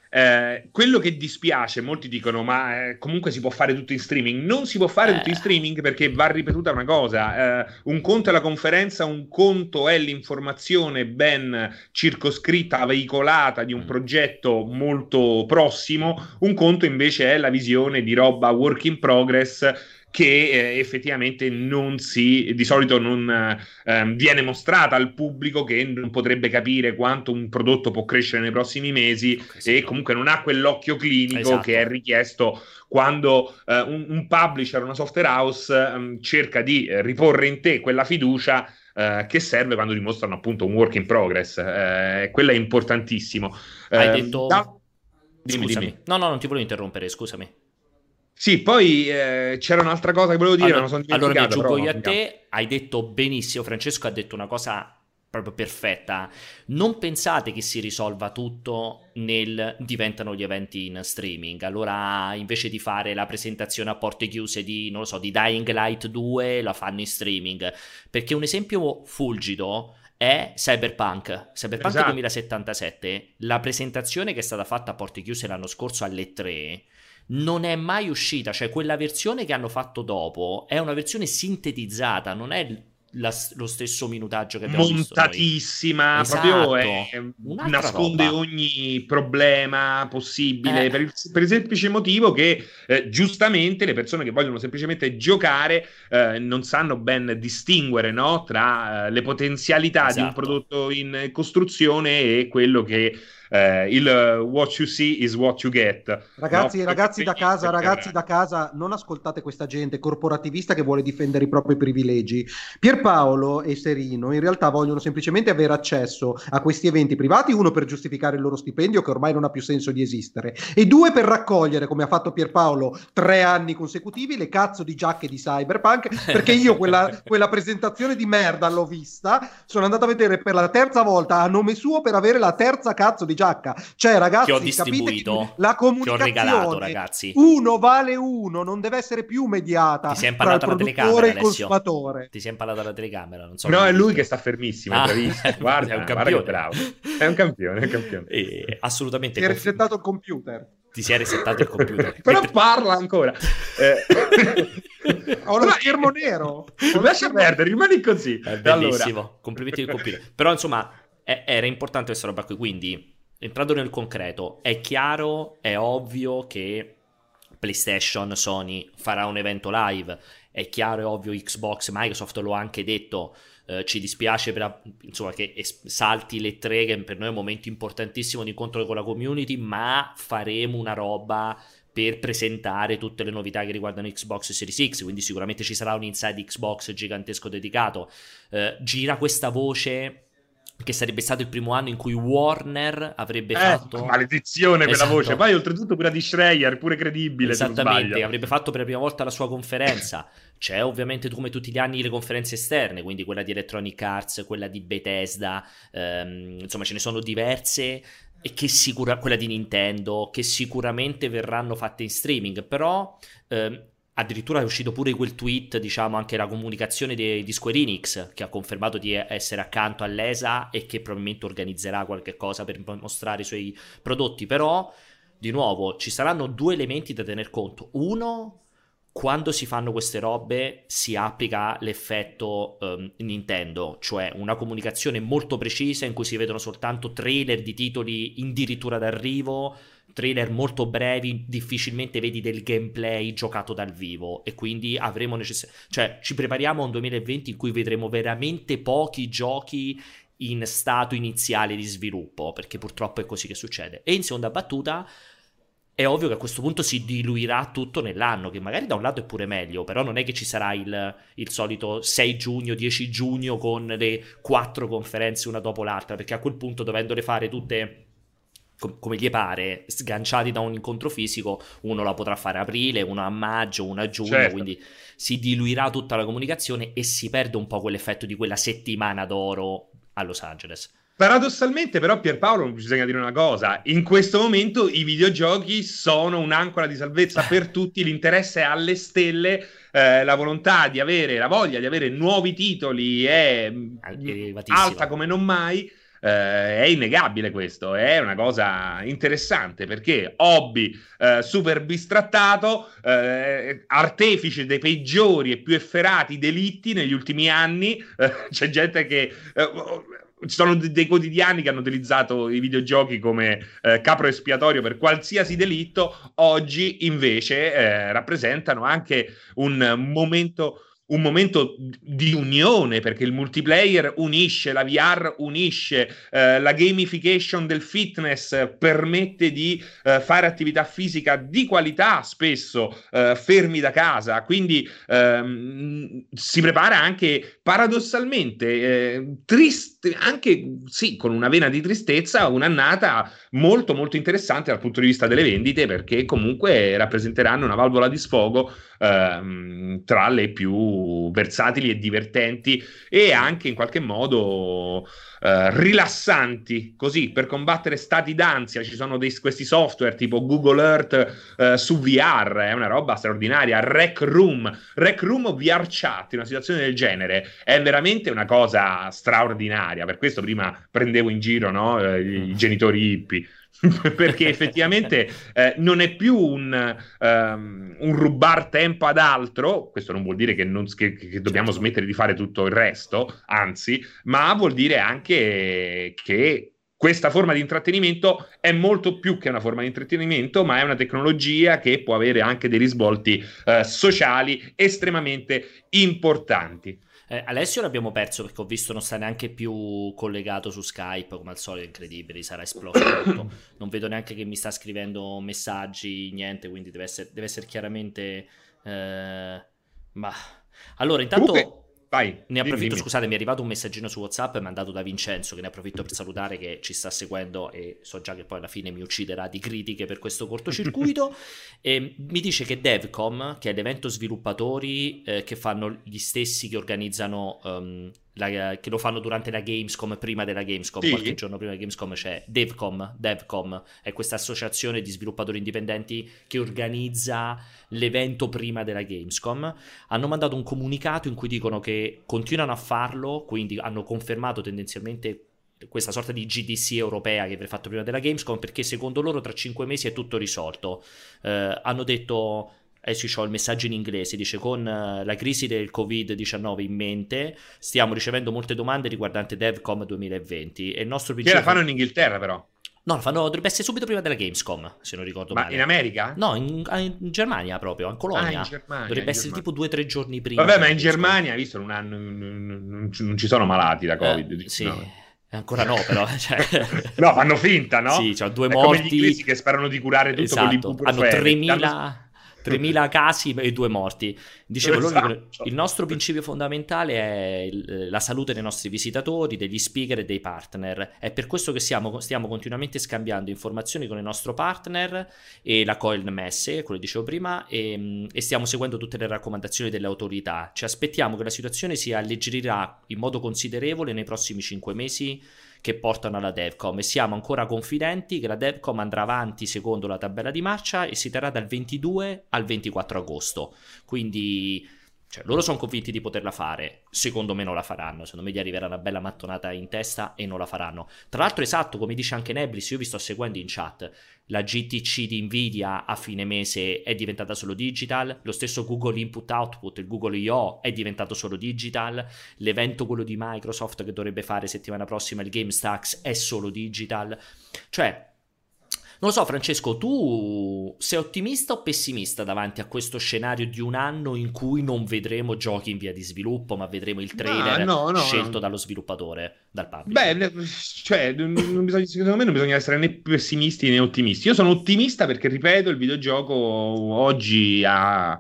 Eh, quello che dispiace, molti dicono ma eh, comunque si può fare tutto in streaming. Non si può fare Eh. tutto in streaming perché va ripetuta una cosa, eh, un conto è la conferenza, un conto è l'informazione ben circoscritta, veicolata di un Mm. progetto molto prossimo, un conto invece è la visione di roba work in progress che eh, effettivamente non si, di solito non eh, viene mostrata al pubblico, che non potrebbe capire quanto un prodotto può crescere nei prossimi mesi Ok, sì. e comunque non ha quell'occhio clinico Esatto. che è richiesto quando eh, un, un publisher, una software house ehm, cerca di eh, riporre in te quella fiducia eh, che serve quando dimostrano appunto un work in progress. Eh, quello è importantissimo. Hai Ehm, detto... da- Dimmi, Scusami. dimmi. No, no, non ti volevo interrompere, scusami. Sì, poi eh, c'era un'altra cosa che volevo dire, Allora, ma non sono allora mi dimenticato. aggiungo però, io a te, hai detto benissimo, Francesco ha detto una cosa proprio perfetta. Non pensate che si risolva tutto nel diventano gli eventi in streaming. Allora, invece di fare la presentazione a porte chiuse di, non lo so, di Dying Light due, la fanno in streaming. Perché un esempio fulgido è Cyberpunk. Cyberpunk Esatto. duemilasettantasette, la presentazione che è stata fatta a porte chiuse l'anno scorso alle tre non è mai uscita, cioè quella versione che hanno fatto dopo è una versione sintetizzata, non è la- lo stesso minutaggio che abbiamo visto noi. montatissima, Esatto. proprio è- Un'altra nasconde roba. ogni problema possibile Eh. per, il, per il semplice motivo che eh, giustamente le persone che vogliono semplicemente giocare eh, non sanno ben distinguere, no, tra eh, le potenzialità di un Esatto. prodotto in costruzione e quello che eh, il uh, what you see is what you get. Ragazzi, no? ragazzi da casa, Perché- ragazzi da casa, non ascoltate questa gente corporativista che vuole difendere i propri privilegi. Pierpaolo e Serino in realtà vogliono semplicemente avere accesso a questi eventi privati, uno per giustificare il loro stipendio che ormai non ha più senso di esistere, e due per raccogliere, come ha fatto Pierpaolo tre anni consecutivi, le cazzo di giacche di Cyberpunk, perché io quella, quella presentazione di merda l'ho vista, sono andato a vedere per la terza volta a nome suo per avere la terza cazzo di giacca. Cioè, ragazzi, Che ho capite distribuito, che la che ho comunicazione regalato, ragazzi. uno vale uno, non deve essere più mediata Ti sei tra il impallata la produttore telecamera, e il Alessio. consumatore. Ti sei impallata la telecamera, non so No, come è lui dire. che sta fermissimo, è Ah, bravissimo. Guarda, è un guarda campione. che bravo. È un campione, è un campione. E assolutamente Si è conf- resettato il computer. ti si è resettato il computer. Però Mentre- parla ancora. Eh. Ho lo Ma- schermo nero. Ho lo Lascia schermo- perdere, rimani così. È Allora, bellissimo, complimenti del computer. Però insomma è- era importante questa roba qui, quindi entrando nel concreto, è chiaro, è ovvio che PlayStation, Sony farà un evento live, è chiaro, è ovvio, Xbox, Microsoft lo ha anche detto. Eh, ci dispiace per, insomma, che es- salti le tre, che per noi è un momento importantissimo di incontro con la community, ma faremo una roba per presentare tutte le novità che riguardano Xbox Series X, quindi sicuramente ci sarà un Inside Xbox gigantesco dedicato. Eh, gira questa voce che sarebbe stato il primo anno in cui Warner avrebbe eh, fatto... maledizione per Esatto. la voce. Poi oltretutto quella di Schreier, pure credibile, se non Esattamente, sbaglio. avrebbe fatto per la prima volta la sua conferenza. C'è ovviamente, come tutti gli anni, le conferenze esterne, quindi quella di Electronic Arts, quella di Bethesda, ehm, insomma ce ne sono diverse, e che sicura, quella di Nintendo, che sicuramente verranno fatte in streaming, però ehm, addirittura è uscito pure quel tweet, diciamo, anche la comunicazione di, di Square Enix, che ha confermato di essere accanto all'E S A e che probabilmente organizzerà qualche cosa per mostrare i suoi prodotti. Però, di nuovo, ci saranno due elementi da tener conto. Uno, quando si fanno queste robe si applica l'effetto um, Nintendo, cioè una comunicazione molto precisa in cui si vedono soltanto trailer di titoli addirittura d'arrivo, trailer molto brevi, difficilmente vedi del gameplay giocato dal vivo, e quindi avremo necess- cioè ci prepariamo a un duemilaventi in cui vedremo veramente pochi giochi in stato iniziale di sviluppo, perché purtroppo è così che succede. E in seconda battuta è ovvio che a questo punto si diluirà tutto nell'anno, che magari da un lato è pure meglio, però non è che ci sarà il, il solito sei giugno, dieci giugno con le quattro conferenze una dopo l'altra, perché a quel punto, dovendole fare tutte com- come gli pare, sganciati da un incontro fisico, uno la potrà fare a aprile, uno a maggio, uno a giugno, certo. Quindi si diluirà tutta la comunicazione e si perde un po' quell'effetto di quella settimana d'oro a Los Angeles. Paradossalmente, però, Pierpaolo, bisogna dire una cosa: in questo momento i videogiochi sono un'ancora di salvezza per tutti, l'interesse è alle stelle, eh, la volontà di avere, la voglia di avere nuovi titoli è Elevatissima. alta come non mai. eh, è innegabile questo, è una cosa interessante perché hobby eh, super bistrattato, eh, artefice dei peggiori e più efferati delitti negli ultimi anni, eh, c'è gente che... Eh, ci sono dei quotidiani che hanno utilizzato i videogiochi come eh, capro espiatorio per qualsiasi delitto, oggi invece eh, rappresentano anche un momento un momento di unione, perché il multiplayer unisce, la V R unisce, eh, la gamification del fitness permette di eh, fare attività fisica di qualità, spesso eh, fermi da casa, quindi ehm, si prepara anche paradossalmente eh, triste, anche sì, con una vena di tristezza, un'annata molto molto interessante dal punto di vista delle vendite, perché comunque rappresenteranno una valvola di sfogo ehm, tra le più versatili e divertenti e anche in qualche modo eh, rilassanti, così per combattere stati d'ansia. Ci sono dei, questi software tipo Google Earth eh, su V R, è una roba straordinaria. Rec Room, Rec Room o V R Chat in una situazione del genere è veramente una cosa straordinaria. Per questo prima prendevo in giro, no, eh, i genitori hippie perché effettivamente eh, non è più un, um, un rubar tempo ad altro. Questo non vuol dire che, non, che, che dobbiamo smettere di fare tutto il resto, anzi, ma vuol dire anche che questa forma di intrattenimento è molto più che una forma di intrattenimento, ma è una tecnologia che può avere anche dei risvolti eh, sociali estremamente importanti. Eh, Alessio l'abbiamo perso perché ho visto non sta neanche più collegato su Skype, come al solito, incredibile, sarà esploso tutto. Non vedo neanche che mi sta scrivendo messaggi, niente, quindi deve essere, deve essere chiaramente... Eh, ma... Allora, intanto... Comunque... Vai, ne approfitto, dimmi, dimmi. Scusate, mi è arrivato un messaggino su WhatsApp mandato da Vincenzo, che ne approfitto per salutare, che ci sta seguendo e so già che poi alla fine mi ucciderà di critiche per questo cortocircuito. E mi dice che Devcom, che è l'evento sviluppatori eh, che fanno gli stessi che organizzano um, la, che lo fanno durante la Gamescom, prima della Gamescom, sì. Qualche giorno prima della Gamescom c'è Devcom, Devcom è questa associazione di sviluppatori indipendenti che organizza l'evento prima della Gamescom. Hanno mandato un comunicato in cui dicono che continuano a farlo, quindi hanno confermato tendenzialmente questa sorta di G D C europea che avrei fatto prima della Gamescom, perché secondo loro tra cinque mesi è tutto risolto. Eh, hanno detto... Adesso ho il messaggio in inglese, dice: con uh, la crisi del covid diciannove in mente stiamo ricevendo molte domande riguardanti Devcom duemilaventi e il nostro Che principio... la fanno in Inghilterra però? No, la fanno, dovrebbe essere subito prima della Gamescom, se non ricordo Ma male. in America? No, in, in Germania proprio, in Colonia. Ah, in Germania, dovrebbe in essere Germania. tipo due o tre giorni prima. Vabbè, ma in Gamescom. Germania, visto, non, hanno, non, non, non ci sono malati da Covid. Eh, sì, no. ancora no però. Cioè... no, fanno finta, no? Sì, c'ho due È morti. come gli inglesi che sperano di curare tutto Esatto. con l'ibuprofene. Hanno tremila... tremila casi e due morti. Dicevo, Esatto. loro, il nostro principio fondamentale è la salute dei nostri visitatori, degli speaker e dei partner. È per questo che siamo, stiamo continuamente scambiando informazioni con il nostro partner e la Coil Messe, quello che dicevo prima, e, e stiamo seguendo tutte le raccomandazioni delle autorità. Ci aspettiamo che la situazione si alleggerirà in modo considerevole nei prossimi cinque mesi che portano alla Devcom, e siamo ancora confidenti che la Devcom andrà avanti secondo la tabella di marcia e si terrà dal ventidue al ventiquattro agosto. Quindi cioè, loro sono convinti di poterla fare, secondo me non la faranno, secondo me gli arriverà una bella mattonata in testa e non la faranno. Tra l'altro, esatto, come dice anche Neblis, io vi sto seguendo in chat, la G T C di Nvidia a fine mese è diventata solo digital, lo stesso Google Input Output, il Google I O è diventato solo digital, l'evento quello di Microsoft che dovrebbe fare settimana prossima, il GameStax, è solo digital. Cioè, non lo so, Francesco, tu sei ottimista o pessimista davanti a questo scenario di un anno in cui non vedremo giochi in via di sviluppo, ma vedremo il trailer no, no, no, scelto no. dallo sviluppatore, dal publisher? Beh, cioè, non bisogna, secondo me non bisogna essere né pessimisti né ottimisti. Io sono ottimista perché, ripeto, il videogioco oggi ha,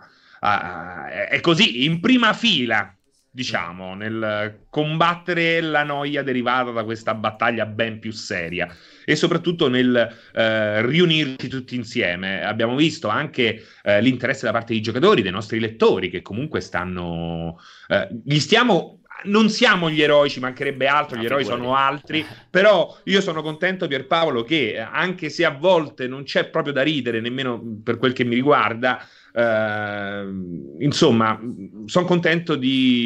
ha, è così, in prima fila, diciamo, nel combattere la noia derivata da questa battaglia ben più seria e soprattutto nel eh, riunirci tutti insieme. Abbiamo visto anche eh, l'interesse da parte dei giocatori, dei nostri lettori, che comunque stanno... Eh, gli stiamo... Non siamo gli eroi, ci mancherebbe altro, No, gli eroi figurati. sono altri, però io sono contento, Pierpaolo, che anche se a volte non c'è proprio da ridere, nemmeno per quel che mi riguarda, eh, insomma, sono contento di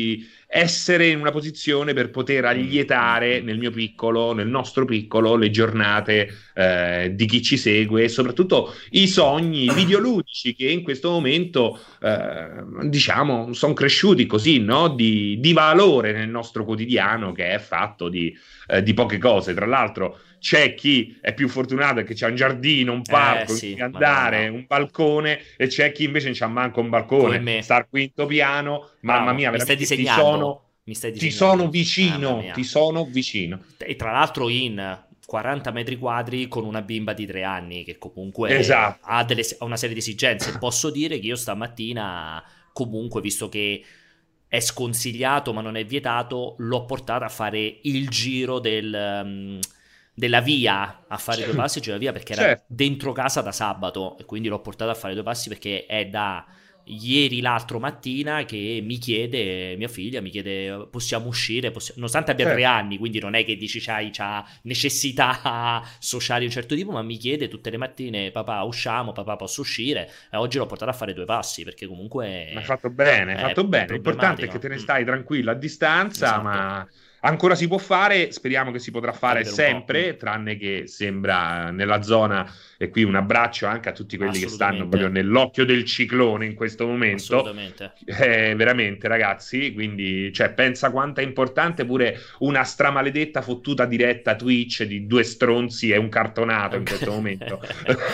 essere in una posizione per poter allietare nel mio piccolo, nel nostro piccolo, le giornate eh, di chi ci segue e soprattutto i sogni videoludici che in questo momento eh, diciamo sono cresciuti così, no? Di, di valore nel nostro quotidiano, che è fatto di, eh, di poche cose. Tra l'altro c'è chi è più fortunato e che c'ha un giardino, un parco Eh, sì, in cui andare, Madonna. un balcone, e c'è chi invece non c'ha manco un balcone, Come me. sta al quinto piano. Mamma Bravo, mia, mi stai veramente ti disegnando? sono, Mi stai ti disegnando. sono Mamma vicino, mia. ti sono vicino. E tra l'altro in quaranta metri quadri con una bimba di tre anni che comunque Esatto. ha, delle, ha una serie di esigenze. Posso dire che io stamattina comunque, visto che è sconsigliato ma non è vietato, l'ho portata a fare il giro del... Um, della via, a fare due passi della via, perché era Certo. dentro casa da sabato, e quindi l'ho portata a fare due passi perché è da ieri l'altro mattina che mi chiede, mia figlia mi chiede, possiamo uscire, possi- nonostante abbia Certo. tre anni, quindi non è che dici c'hai c'ha necessità sociali di un certo tipo, ma mi chiede tutte le mattine, papà usciamo, papà posso uscire, e oggi l'ho portata a fare due passi perché comunque Ma hai fatto bene, hai è fatto bene. L'importante è che te ne stai tranquillo a distanza, Esatto. ma ancora si può fare. Speriamo che si potrà fare Per un po'. sempre, tranne che sembra nella zona. E qui un abbraccio anche a tutti quelli che stanno Assolutamente. proprio nell'occhio del ciclone in questo momento. Assolutamente. Eh, veramente, ragazzi. Quindi, cioè, pensa quanto è importante pure una stramaledetta fottuta diretta Twitch di due stronzi e un cartonato in questo momento.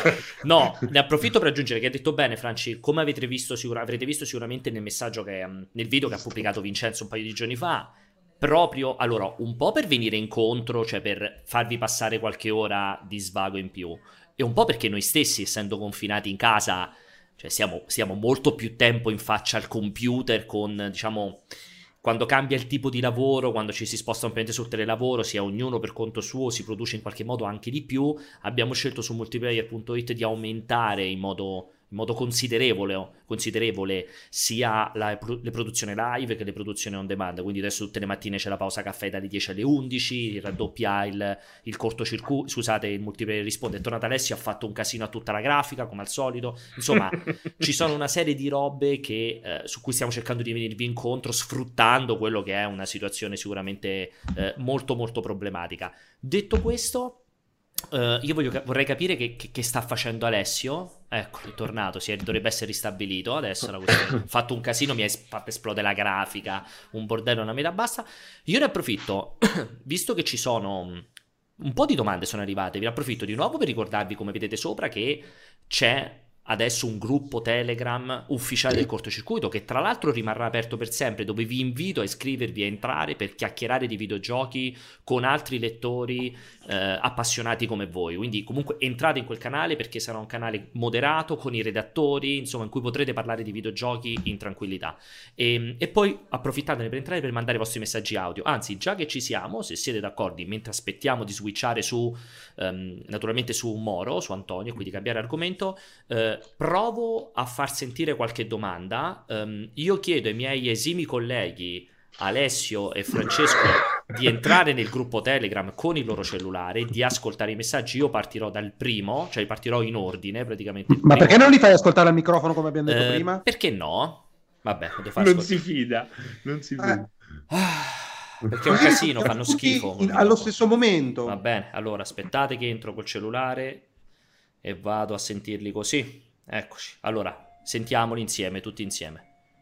No, ne approfitto per aggiungere che hai detto bene, Franci, come avete visto sicura- avrete visto sicuramente nel messaggio che um, nel video che ha pubblicato Vincenzo un paio di giorni fa, proprio, allora, un po' per venire incontro, cioè per farvi passare qualche ora di svago in più, e un po' perché noi stessi, essendo confinati in casa, cioè siamo, siamo molto più tempo in faccia al computer con, diciamo, quando cambia il tipo di lavoro, quando ci si sposta un po' sul telelavoro, sia ognuno per conto suo, si produce in qualche modo anche di più, abbiamo scelto su multiplayer punto it di aumentare in modo... in modo considerevole, considerevole sia la, le produzioni live che le produzioni on demand, quindi adesso tutte le mattine c'è la pausa caffè dalle dieci alle undici, raddoppia il, il cortocircuito, scusate, il multiplayer risponde, è tornato Alessio, ha fatto un casino a tutta la grafica come al solito, insomma ci sono una serie di robe che, eh, su cui stiamo cercando di venirvi incontro, sfruttando quello che è una situazione sicuramente eh, molto molto problematica. Detto questo, Uh, io voglio, vorrei capire che, che, che sta facendo Alessio. Ecco, è tornato, si è, dovrebbe essere ristabilito. Adesso ha fatto un casino, mi ha es- fatto esplodere la grafica, un bordello, una mela bassa. Io ne approfitto, visto che ci sono un po' di domande sono arrivate, vi ne approfitto di nuovo per ricordarvi, come vedete sopra, che c'è adesso un gruppo Telegram ufficiale del cortocircuito, che tra l'altro rimarrà aperto per sempre, dove vi invito a iscrivervi, a entrare per chiacchierare di videogiochi con altri lettori eh, appassionati come voi. Quindi comunque entrate in quel canale, perché sarà un canale moderato con i redattori, insomma, in cui potrete parlare di videogiochi in tranquillità. E, e poi approfittatene per entrare per mandare i vostri messaggi audio. Anzi, già che ci siamo, se siete d'accordo, mentre aspettiamo di switchare su um, naturalmente su Moro, su Antonio, quindi cambiare argomento, eh, provo a far sentire qualche domanda. Um, io chiedo ai miei esimi colleghi Alessio e Francesco di entrare nel gruppo Telegram con il loro cellulare, di ascoltare i messaggi. Io partirò dal primo, cioè partirò in ordine praticamente. Ma primo... perché non li fai ascoltare al microfono come abbiamo detto eh, prima? Perché no? Vabbè, devo fare non ascolt- si fida, non si fida. Eh. Ah, perché è un casino, fanno schifo in, allo stesso momento. Va bene, allora aspettate che entro col cellulare e vado a sentirli così. Eccoci, allora sentiamoli insieme, tutti insieme.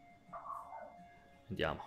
Andiamo.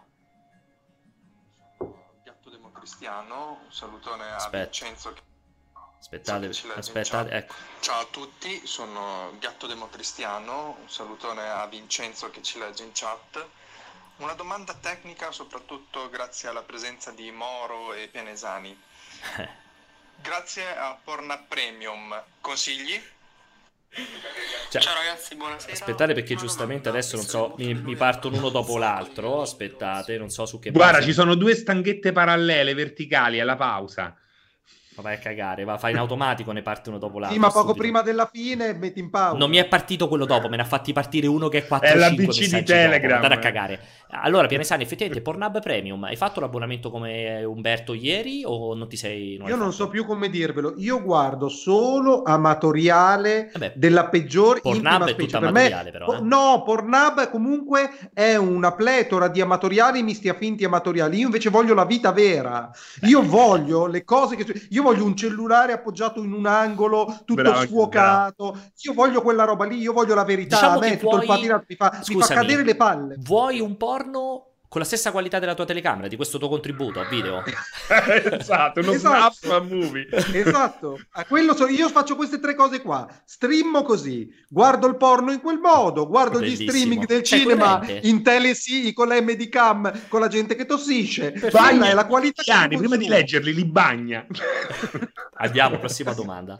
Gatto Democristiano, un salutone a Aspetta. Vincenzo. Aspettate, aspettate, ecco. Ciao a tutti, sono Gatto Democristiano, un salutone a Vincenzo che ci legge in chat. Una domanda tecnica, soprattutto grazie alla presenza di Moro e Pianesani. Grazie a Pornhub Premium, consigli? Cioè, ciao ragazzi, buonasera. Aspettate, perché giustamente adesso non so, mi, mi partono uno dopo l'altro. Aspettate, non so su che Guarda, base. ci sono due stanghette parallele verticali alla pausa. Ma vai a cagare, va, fai in automatico, ne parte uno dopo l'altro. Sì, ma poco stupido. prima della fine metti in pausa. Non mi è partito quello dopo, me ne ha fatti partire uno che è quattro È la cinque B C di messaggi Telegram. dopo. Andare a cagare. Allora, Pianesani, effettivamente Pornhub Premium, hai fatto l'abbonamento come Umberto ieri o non ti sei... Non Io hai non fatto? so più come dirvelo. Io guardo solo amatoriale Vabbè, della peggior Pornhub intima è specie. tutta Per amatoriale, me, però, po- eh. no, Pornhub comunque è una pletora di amatoriali misti a finti amatoriali. Io invece voglio la vita vera. Io voglio le cose che... Io voglio un cellulare appoggiato in un angolo, tutto Bravo, sfuocato. Io voglio quella roba lì, io voglio la verità. Diciamo A me che tutto vuoi... il patinato mi fa, mi fa Scusami, cadere le palle. vuoi un porno con la stessa qualità della tua telecamera, di questo tuo contributo a video? Esatto, uno Esatto. snap a movie. Esatto, a quello so- io faccio queste tre cose qua: streammo così, guardo il porno in quel modo, guardo Bellissimo. gli streaming del Sei cinema coerente. in telesi con la M D cam con la gente che tossisce. Perfetto. Quella è la qualità che Anni, io prima di consumo. leggerli li bagna. Andiamo, prossima domanda.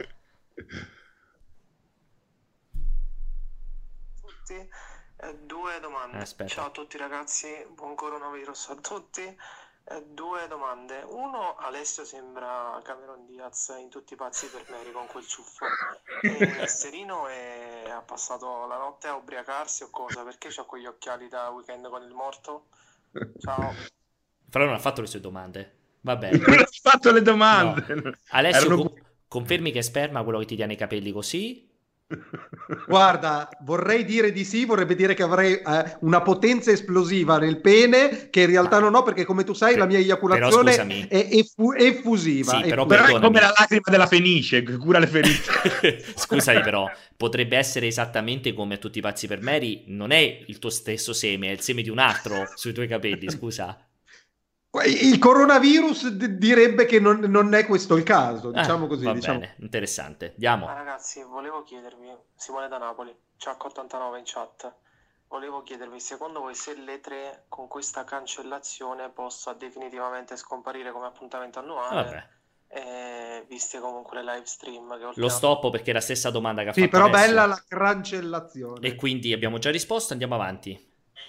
Tutti. Eh, due domande. Eh, aspetta. Ciao a tutti ragazzi, buon coronavirus a tutti. Eh, due domande. Uno, Alessio sembra Cameron Diaz in Tutti i pazzi per Mary con quel ciuffo. E Serino è... ha passato la notte a ubriacarsi o cosa? Perché c'ha quegli occhiali da Weekend con il morto? Ciao. Però non ha fatto le sue domande. Va bene. Non ho fatto le domande. No. Alessio, Erano- co- confermi che è sperma quello che ti tiene i capelli così? Guarda, vorrei dire di sì, vorrebbe dire che avrei eh, una potenza esplosiva nel pene, che in realtà non ho, perché come tu sai Per- la mia però eiaculazione scusami. è, effu- effusiva. Sì, però effusiva. Però è perdonami. come la lacrima della Fenice che cura le ferite. Scusami, però potrebbe essere esattamente come a Tutti i pazzi per Mary. Non è il tuo stesso seme, è il seme di un altro sui tuoi capelli. Scusa. Il coronavirus d- direbbe che non, non è questo il caso, diciamo Ah, così. va diciamo. bene, interessante. Ma Andiamo. ragazzi, volevo chiedervi, Simone da Napoli, Ciacco ottantanove in chat, volevo chiedervi, secondo voi se l'E tre con questa cancellazione possa definitivamente scomparire come appuntamento annuale, Vabbè, eh, viste comunque le live stream che oltre lo a- stoppo perché è la stessa domanda che ha Sì, fatto però Alessio. bella la cancellazione. E quindi abbiamo già risposto, andiamo avanti.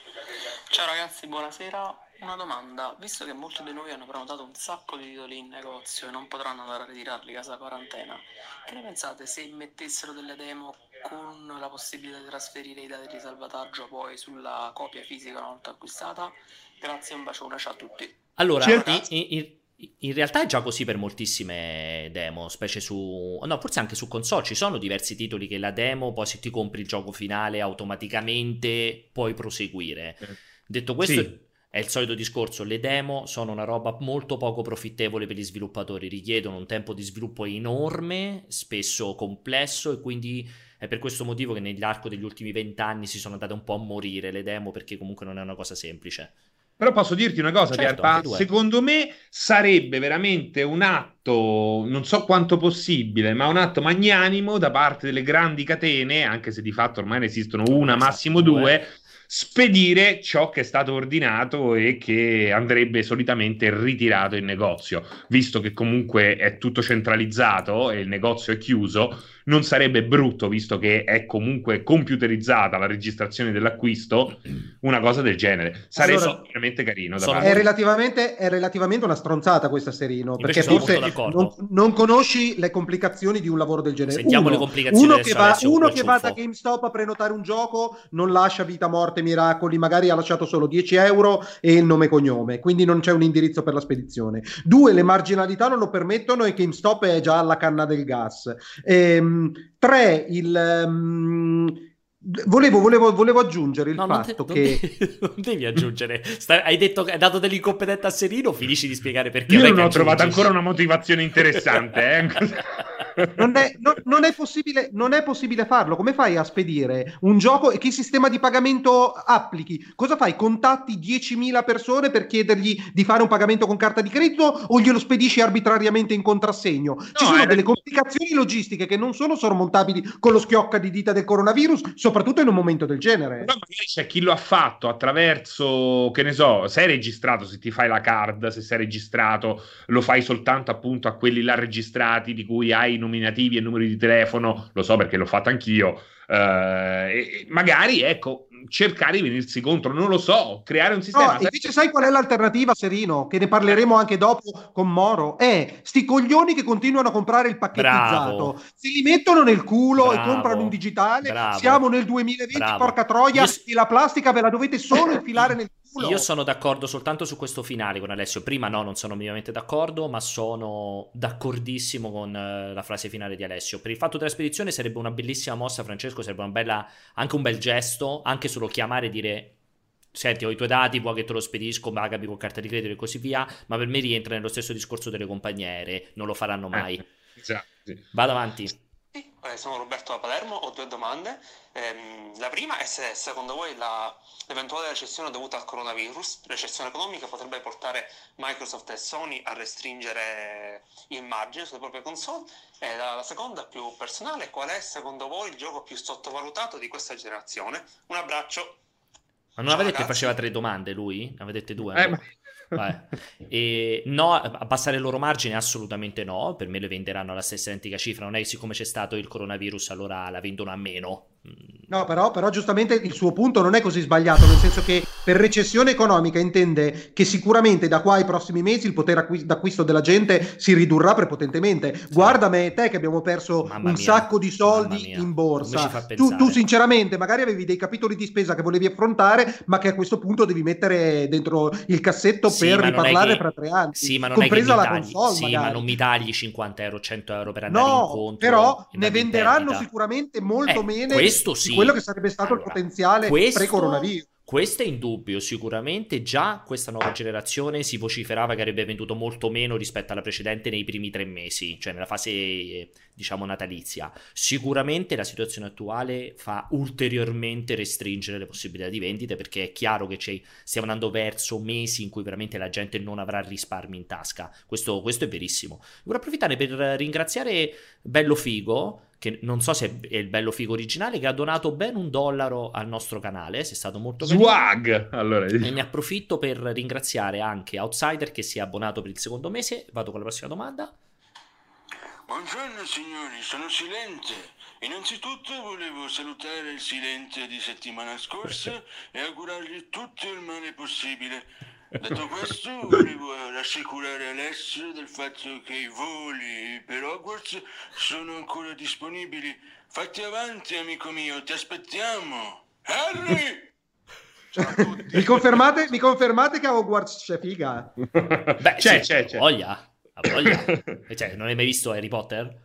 Ciao ragazzi, buonasera. Una domanda, visto che molti di noi hanno prenotato un sacco di titoli in negozio e non potranno andare a ritirarli casa quarantena, che ne pensate se mettessero delle demo con la possibilità di trasferire i dati di salvataggio poi sulla copia fisica una volta acquistata? Grazie, un bacione, ciao a tutti. Allora, Certo. in, in- in realtà è già così per moltissime demo, specie su... no, forse anche su console. Ci sono diversi titoli che la demo, poi se ti compri il gioco finale automaticamente puoi proseguire. Detto questo... Sì. È il solito discorso, le demo sono una roba molto poco profittevole per gli sviluppatori, richiedono un tempo di sviluppo enorme, spesso complesso, e quindi è per questo motivo che nell'arco degli ultimi vent'anni si sono andate un po' a morire le demo, perché comunque non è una cosa semplice. Però posso dirti una cosa, Certo, Pierpa? anche tu, eh. Secondo me sarebbe veramente un atto, non so quanto possibile, ma un atto magnanimo da parte delle grandi catene, anche se di fatto ormai ne esistono una, Esatto, massimo due. due, spedire ciò che è stato ordinato e che andrebbe solitamente ritirato in negozio. Visto che comunque è tutto centralizzato e il negozio è chiuso, non sarebbe brutto, visto che è comunque computerizzata la registrazione dell'acquisto, una cosa del genere. Sarebbe Allora, veramente carino da sono parte. È relativamente, è relativamente una stronzata questa Serino, Invece perché sono forse molto d'accordo. non, non conosci le complicazioni di un lavoro del genere. Sentiamo uno, le complicazioni uno adesso, che, va, Alessio, uno col che va ciuffo. da GameStop a prenotare un gioco non lascia vita, morte, miracoli, magari ha lasciato solo dieci euro e il nome e cognome, quindi non c'è un indirizzo per la spedizione. Due, le marginalità non lo permettono e GameStop è già alla canna del gas. Ehm, tre, il... ehm, Volevo, volevo, volevo aggiungere il No, non, te- fatto non che devi, non devi aggiungere. Stai- hai detto che hai dato dell'incompetente a Serino, finisci di spiegare perché. Io non è non che ho trovato aggiungi. ancora una motivazione interessante. Eh? non è, no- non è possibile, non è possibile farlo. Come fai a spedire un gioco e che sistema di pagamento applichi? Cosa fai? Contatti diecimila persone per chiedergli di fare un pagamento con carta di credito o glielo spedisci arbitrariamente in contrassegno? Ci sono era- delle complicazioni logistiche che non sono sormontabili con lo schiocca di dita del coronavirus, soprattutto in un momento del genere. Però magari c'è chi lo ha fatto attraverso, che ne so, sei registrato, se ti fai la card, se sei registrato, lo fai soltanto appunto a quelli là registrati di cui hai i numeri nominativi e numeri di telefono, lo so perché l'ho fatto anch'io, eh, e magari, ecco, cercare di venirsi contro, non lo so, creare un sistema. No, invece sai qual è l'alternativa, Serino? Che ne parleremo anche dopo con Moro. È sti coglioni che continuano a comprare il pacchettizzato. Bravo. Se li mettono nel culo Bravo. e comprano in digitale, Bravo. siamo nel duemilaventi, Bravo. porca troia, Io... e la plastica ve la dovete solo infilare nel culo. Io sono d'accordo soltanto su questo finale con Alessio. Prima no, non sono minimamente d'accordo, ma sono d'accordissimo con uh, la frase finale di Alessio. Per il fatto della spedizione sarebbe una bellissima mossa, Francesco, sarebbe una bella, anche un bel gesto, anche solo chiamare e dire: senti, ho i tuoi dati, vuoi che te lo spedisco, pagami con carta di credito e così via. Ma per me rientra nello stesso discorso delle compagnie aeree, non lo faranno mai. Eh, esatto, sì. Vado avanti. Sì, eh, sono Roberto da Palermo, ho due domande. Ehm, la prima è se secondo voi la, l'eventuale recessione dovuta al coronavirus, recessione economica, potrebbe portare Microsoft e Sony a restringere il margine sulle proprie console. E la, la seconda, più personale, qual è secondo voi il gioco più sottovalutato di questa generazione? Un abbraccio. Ma non Ciao, avete che ragazzi. faceva tre domande lui? Ne avete due? Eh, no? ma- Vabbè. E no, abbassare il loro margine assolutamente no, per me le venderanno alla stessa identica cifra, non è che siccome c'è stato il coronavirus allora la vendono a meno. No, però, però giustamente il suo punto non è così sbagliato, nel senso che per recessione economica intende che sicuramente da qua ai prossimi mesi il potere acqui- d'acquisto della gente si ridurrà prepotentemente. Guarda me e te che abbiamo perso Mamma un mia, sacco di soldi mamma mia. in Come ci borsa. fa Tu, pensare? tu sinceramente magari avevi dei capitoli di spesa che volevi affrontare, ma che a questo punto devi mettere dentro il cassetto Sì, per ma non è riparlarne che- fra tre anni, Sì, ma non è che compresa mi la tagli, console sì, magari. ma non mi tagli cinquanta euro, cento euro per andare No, incontro. però e ne andare in venderanno perdita. sicuramente molto Eh, meno questo di sì. quello che sarebbe stato Allora, il potenziale questo- pre-coronavirus. Questo è indubbio, sicuramente già questa nuova generazione si vociferava che avrebbe venduto molto meno rispetto alla precedente nei primi tre mesi, cioè nella fase eh, diciamo natalizia. Sicuramente la situazione attuale fa ulteriormente restringere le possibilità di vendite, perché è chiaro che ci stiamo andando verso mesi in cui veramente la gente non avrà risparmi in tasca. Questo, questo è verissimo. Vorrei approfittare per ringraziare Bello Figo, che non so se è il Bello Figo originale, che ha donato ben un dollaro al nostro canale, si è stato molto carino. Swag! Allora, E ne approfitto per ringraziare anche Outsider che si è abbonato per il secondo mese. Vado con la prossima domanda. Buongiorno signori, sono Silente. Innanzitutto volevo salutare il Silente di settimana scorsa e augurargli tutto il male possibile. Detto questo, volevo rassicurare Alessio del fatto che i voli per Hogwarts sono ancora disponibili. Fatti avanti, amico mio, ti aspettiamo. Harry! Ciao a tutti. Mi confermate, mi confermate che a Hogwarts c'è figa? Beh, C'è, sì, c'è, c'è. ha voglia, ha voglia. E cioè, non hai mai visto Harry Potter?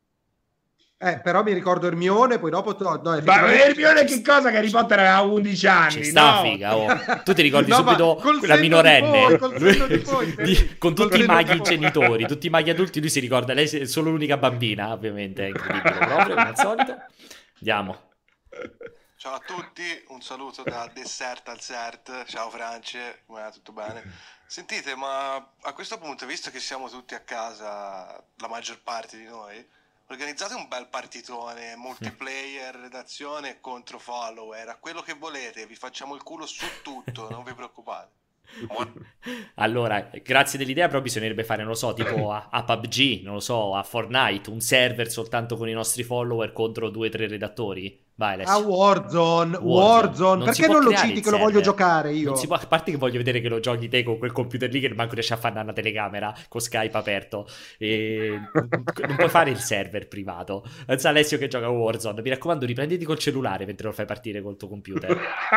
Eh, però mi ricordo Hermione, poi dopo... No, no, Ma effettivamente- Hermione che cosa che Harry Potter aveva undici anni, Ci sta no? figa, oh. Tu ti ricordi No, ma subito col quella senno di minorenne poi, col senno di poi, Di- con col tutti i senno di maghi poi. genitori, tutti i maghi adulti, lui si ricorda, lei è solo l'unica bambina, ovviamente, è incredibile proprio, come al solito. Andiamo. Ciao a tutti, un saluto da Dessert al Cert. Ciao France, come va? Tutto bene? Sentite, ma a questo punto, visto che siamo tutti a casa, la maggior parte di noi, organizzate un bel partitone multiplayer, redazione contro follower, a quello che volete, vi facciamo il culo su tutto, non vi preoccupate. Allora, grazie dell'idea, però bisognerebbe fare, non lo so, tipo a, a P U B G, non lo so, a Fortnite, un server soltanto con i nostri follower contro due o tre redattori. Vai, Alessio. A Warzone, Warzone. Warzone, Non perché si può non lo creare citi il che lo server. voglio giocare io? Non si può, a parte che voglio vedere che lo giochi te con quel computer lì che manco riesci a fare una telecamera con Skype aperto. E non puoi fare il server privato. Pensa Alessio che gioca a Warzone. Mi raccomando, riprenditi col cellulare mentre lo fai partire col tuo computer.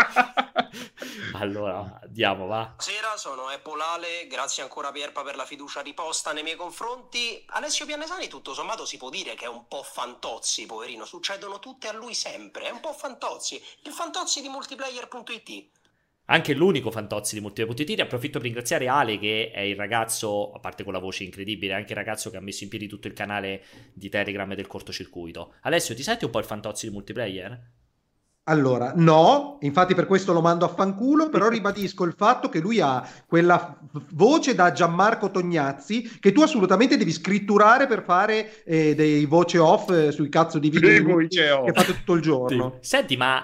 Allora, andiamo, va. Buonasera, sono Apple Ale, grazie ancora Pierpa per la fiducia riposta nei miei confronti. Alessio Pianesani tutto sommato si può dire che è un po' fantozzi, poverino, succedono tutte a lui sempre, è un po' fantozzi, più fantozzi di multiplayer punto it. Anche l'unico Fantozzi di Multiplayer punto it. Approfitto per ringraziare Ale, che è il ragazzo, a parte con la voce incredibile, anche il ragazzo che ha messo in piedi tutto il canale di Telegram del cortocircuito. Alessio, ti senti un po' il Fantozzi di Multiplayer? Allora, no, infatti per questo lo mando a fanculo, però ribadisco il fatto che lui ha quella f- voce da Gianmarco Tognazzi che tu assolutamente devi scritturare per fare eh, dei voce off eh, sui cazzo di video Dei inutili voce off. che fate tutto il giorno. Senti, ma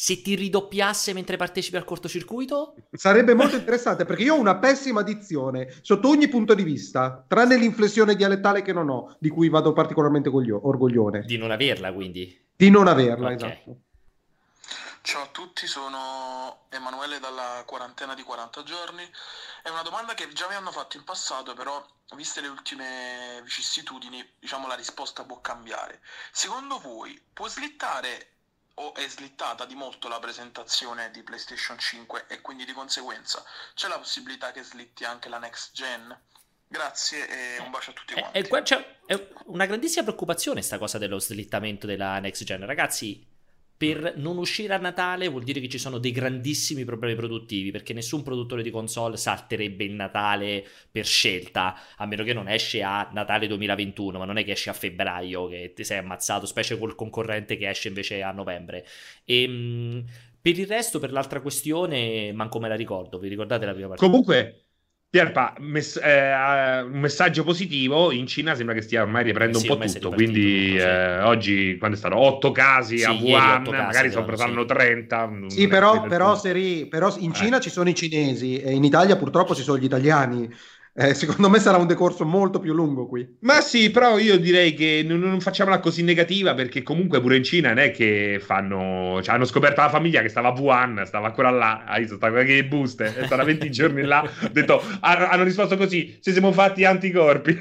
se ti ridoppiasse mentre partecipi al cortocircuito? Sarebbe molto interessante, perché io ho una pessima dizione sotto ogni punto di vista, tranne l'inflessione dialettale che non ho, di cui vado particolarmente goglio- orgoglione. Di non averla, quindi. Di non averla, Ok. esatto. Ciao a tutti, sono Emanuele dalla quarantena di quaranta giorni. È una domanda che già mi hanno fatto in passato, però viste le ultime vicissitudini, diciamo la risposta può cambiare. Secondo voi può slittare o è slittata di molto la presentazione di PlayStation cinque e quindi di conseguenza c'è la possibilità che slitti anche la next gen? Grazie e un bacio a tutti quanti. E qua c'è è una grandissima preoccupazione sta cosa dello slittamento della next gen. Ragazzi, per non uscire a Natale vuol dire che ci sono dei grandissimi problemi produttivi, perché nessun produttore di console salterebbe il Natale per scelta, a meno che non esce a Natale duemilaventuno, ma non è che esce a febbraio che ti sei ammazzato, specie col concorrente che esce invece a novembre. E mh, per il resto, per l'altra questione, manco me la ricordo. Vi ricordate la prima parte? Comunque, Pierpa, mess- eh, un messaggio positivo: in Cina sembra che stia ormai riprendendo Sì, un po' ormai si è tutto, ripartito quindi tutto, sì. eh, oggi quando è stato otto casi Sì, a ieri Wuhan, otto casi magari erano, saranno sì. trenta. Sì, però, però, Seri, però in Eh. Cina ci sono i cinesi e in Italia purtroppo ci sono gli italiani. Eh, secondo me sarà un decorso molto più lungo qui. Ma sì, però io direi che non, non facciamola così negativa, perché comunque pure in Cina non è che fanno, cioè hanno scoperto la famiglia che stava a Wuhan, stava ancora là, hai visto, stava che buste, è stata venti giorni là, ho detto, hanno, hanno risposto così, ci siamo fatti anticorpi.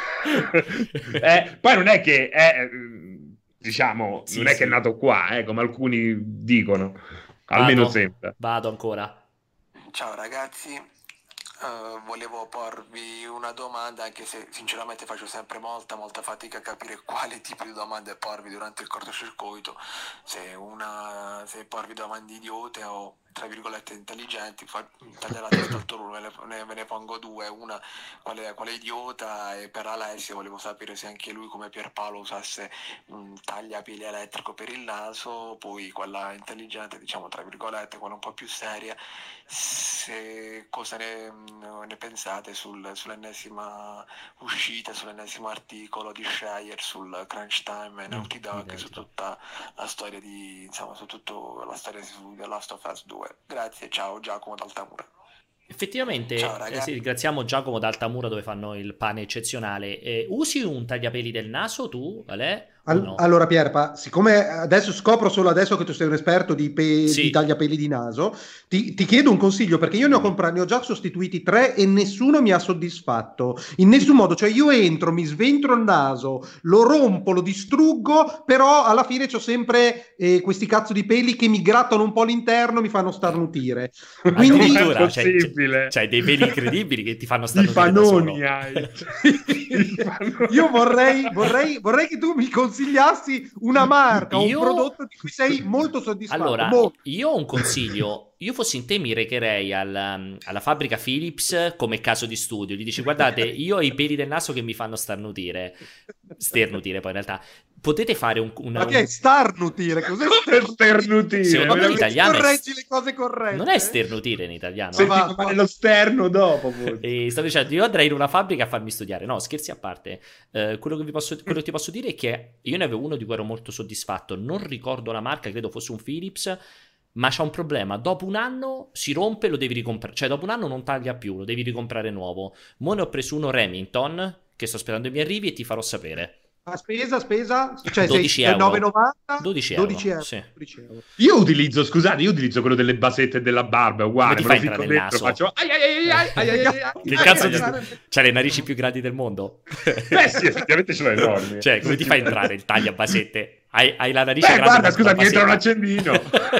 eh, poi non è che è, diciamo, Sì, non è sì. che è nato qua, eh, come alcuni dicono, almeno Vado, sembra. vado ancora. Ciao ragazzi, Eh, volevo porvi una domanda, anche se sinceramente faccio sempre molta molta fatica a capire quale tipo di domande porvi durante il cortocircuito, se una se porvi domande idiote o tra virgolette intelligenti. Fa, tagliare la testa al toro, ve, ne, ve ne pongo due, una quale, quale idiota, e per Alessio volevo sapere se anche lui come Pierpaolo usasse un tagliapeli elettrico per il naso, poi quella intelligente, diciamo tra virgolette, quella un po' più seria, se cosa ne, ne pensate sul, sull'ennesima uscita, sull'ennesimo articolo di Schreier sul crunch time e Naughty Dog, su tutta la storia di, insomma, su tutta la storia su The Last of Us due. Grazie, ciao, Giacomo d'Altamura. Effettivamente, Ciao, eh, ragazzi. sì, ringraziamo Giacomo d'Altamura dove fanno il pane eccezionale. Eh, usi un tagliapeli del naso tu, Ale? O Al- no? Allora Pierpa, siccome adesso scopro solo adesso che tu sei un esperto di, pe- Sì. di tagliapeli di naso, ti, ti chiedo un consiglio, perché io ne ho comprati, ne ho già sostituiti tre e nessuno mi ha soddisfatto in nessun modo. Cioè io entro, mi sventro il naso, lo rompo, lo distruggo, però alla fine c'ho sempre eh, questi cazzo di peli che mi grattano un po' l'interno, mi fanno starnutire. Quindi Addirittura, è c'hai, possibile. c'hai dei peli incredibili che ti fanno I starnutire da solo. fanoni hai. io vorrei, vorrei, vorrei che tu mi consigliassi una marca, Io- un prodotto di cui sei molto soddisfatto. Allora, Molto. io ho un consiglio. Io fossi in te mi recherei al- alla fabbrica Philips come caso di studio. Gli dici, guardate, io ho i peli del naso che mi fanno starnutire. Sternutire poi in realtà. Potete fare un... una- Ma che è starnutire? Cos'è Come sternutire? Secondo me in Veramente. italiano è- correggi le cose corrette. Non è sternutire in italiano. Senti va- come lo sterno dopo. forse. E stavo dicendo, io andrei in una fabbrica a farmi studiare. No, scherzi a parte. Eh, quello, che vi posso, quello che ti posso dire è che io ne avevo uno di cui ero molto soddisfatto. Non ricordo la marca, credo fosse un Philips. Ma c'ha un problema. Dopo un anno si rompe, lo devi ricomprare. Cioè, dopo un anno non taglia più, lo devi ricomprare nuovo. Mo ne ho preso uno Remington, che sto aspettando mi arrivi e ti farò sapere. A spesa, spesa, cioè dodici sei, è euro. nove e novanta? dodici euro, dodici euro. sì. dodici euro. Io utilizzo, scusate, io utilizzo quello delle basette e della barba, è uguale. Come ti me fai lo a ficco entrare nel dentro, naso? faccio ai ai ai ai ai ai ai ai. Che cazzo di... C'ha le narici più grandi del mondo? Beh sì, effettivamente ce l'ho enorme. Cioè, come ti fai a entrare il taglia basette? Hai, hai la narice Beh, grande guarda, quanto scusa, una mi entra un basetta.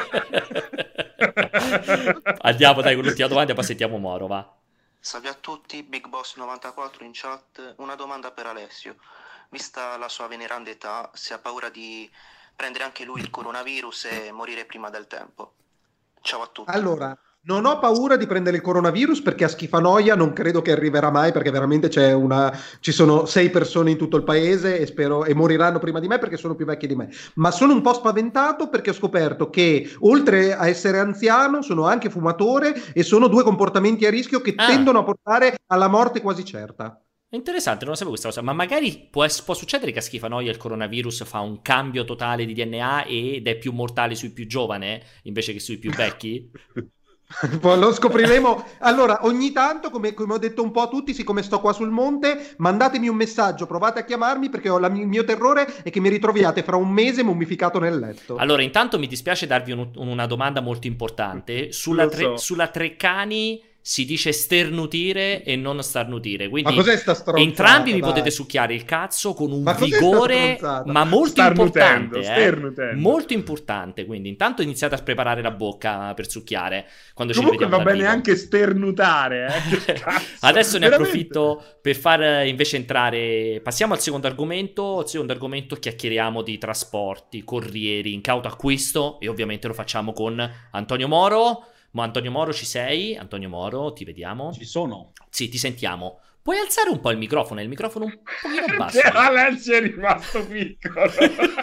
accendino. Andiamo dai con l'ultima domanda e poi sentiamo Moro, va. Salve a tutti, Big Boss novantaquattro in chat. Una domanda per Alessio. Vista la sua veneranda età, se ha paura di prendere anche lui il coronavirus e morire prima del tempo. Ciao a tutti. Allora, non ho paura di prendere il coronavirus perché a schifanoia non credo che arriverà mai, perché veramente c'è una ci sono sei persone in tutto il paese e spero e moriranno prima di me perché sono più vecchi di me. Ma sono un po' spaventato perché ho scoperto che oltre a essere anziano sono anche fumatore e sono due comportamenti a rischio che Ah. tendono a portare alla morte quasi certa. È interessante, non lo sapevo questa cosa, ma magari può, es- può succedere che a schifanoia il coronavirus fa un cambio totale di D N A ed è più mortale sui più giovani invece che sui più vecchi? Poi lo scopriremo. Allora, ogni tanto, come, come ho detto un po' a tutti, siccome sto qua sul monte, mandatemi un messaggio, provate a chiamarmi, perché ho la, il mio terrore è che mi ritroviate fra un mese mummificato nel letto. Allora, intanto mi dispiace darvi un- una domanda molto importante. Sulla, Lo tre- so. sulla Treccani si dice sternutire e non starnutire, quindi Ma cos'è sta stronzata, entrambi mi dai? potete succhiare il cazzo con un Ma cos'è sta vigore, stronzata? ma molto Starnutendo, importante, eh? sternutendo. Molto importante, quindi intanto iniziate a preparare la bocca per succhiare quando ci Comunque rivediamo va dal bene vivo. anche sternutare, eh? Che cazzo. Adesso ne Veramente. approfitto per far eh, invece entrare. Passiamo al secondo argomento. Il secondo argomento, chiacchieriamo di trasporti, corrieri, incauto acquisto, e ovviamente lo facciamo con Antonio Moro. Ma Antonio Moro, ci sei? Antonio Moro, ti vediamo? Ci sono. Sì, ti sentiamo. Puoi alzare un po' il microfono? È il microfono un pochino basso. Perché Alessio è rimasto piccolo.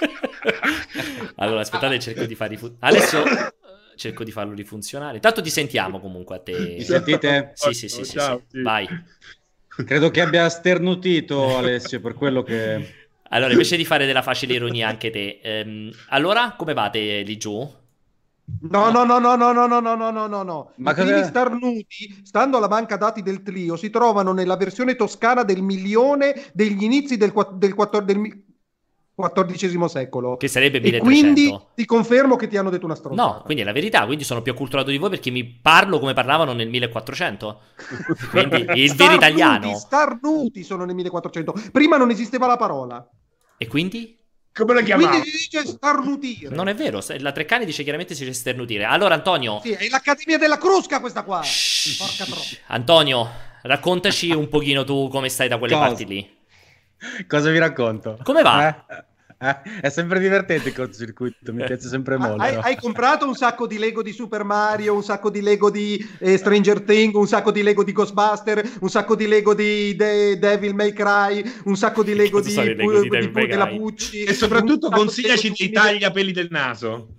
Allora, aspettate, cerco di far rifu- Alessio, eh, cerco di farlo rifunzionare. Intanto ti sentiamo comunque a te. Mi sentite? Sì, sì, sì, sì, Ciao, sì. sì. Vai. Credo che abbia sternutito Alessio, per quello che... Allora, invece di fare della facile ironia anche te, ehm, allora, come vate lì giù? No, no, no, no, no, no, no, no, no, no, no, no. Ma I primi cosa- starnuti, stando alla banca dati del Clio, si trovano nella versione toscana del milione degli inizi del, qua- del, quattor- del mi- quattordicesimo secolo. Che sarebbe E milletrecento. quindi ti confermo che ti hanno detto una stronzata. No, quindi è la verità, quindi sono più acculturato di voi perché mi parlo come parlavano nel millequattrocento. Quindi il vero Starnuti, italiano. starnuti sono nel millequattrocento. Prima non esisteva la parola. E quindi? Come lo chiamavo? Quindi si dice starnutire. Non è vero, la Treccani dice chiaramente si dice sternutire. Allora, Antonio, Sì, è l'Accademia della Crusca questa qua. Porca troppa. Antonio, raccontaci un pochino tu come stai da quelle Cosa? parti lì. Cosa vi racconto? Come va? Eh? Eh? È sempre divertente il cortocircuito, mi piace sempre molto. Hai, hai comprato un sacco di Lego di Super Mario, un sacco di Lego di eh, Stranger Things, un sacco di Lego di Ghostbuster, un sacco di Lego di De- Devil May Cry, un sacco di Lego Cosa di, sono i Lego Pu- di Devil di- May della Cry? Pucci. E soprattutto un sacco di consigliaci Lego dei di- tagliapeli del naso.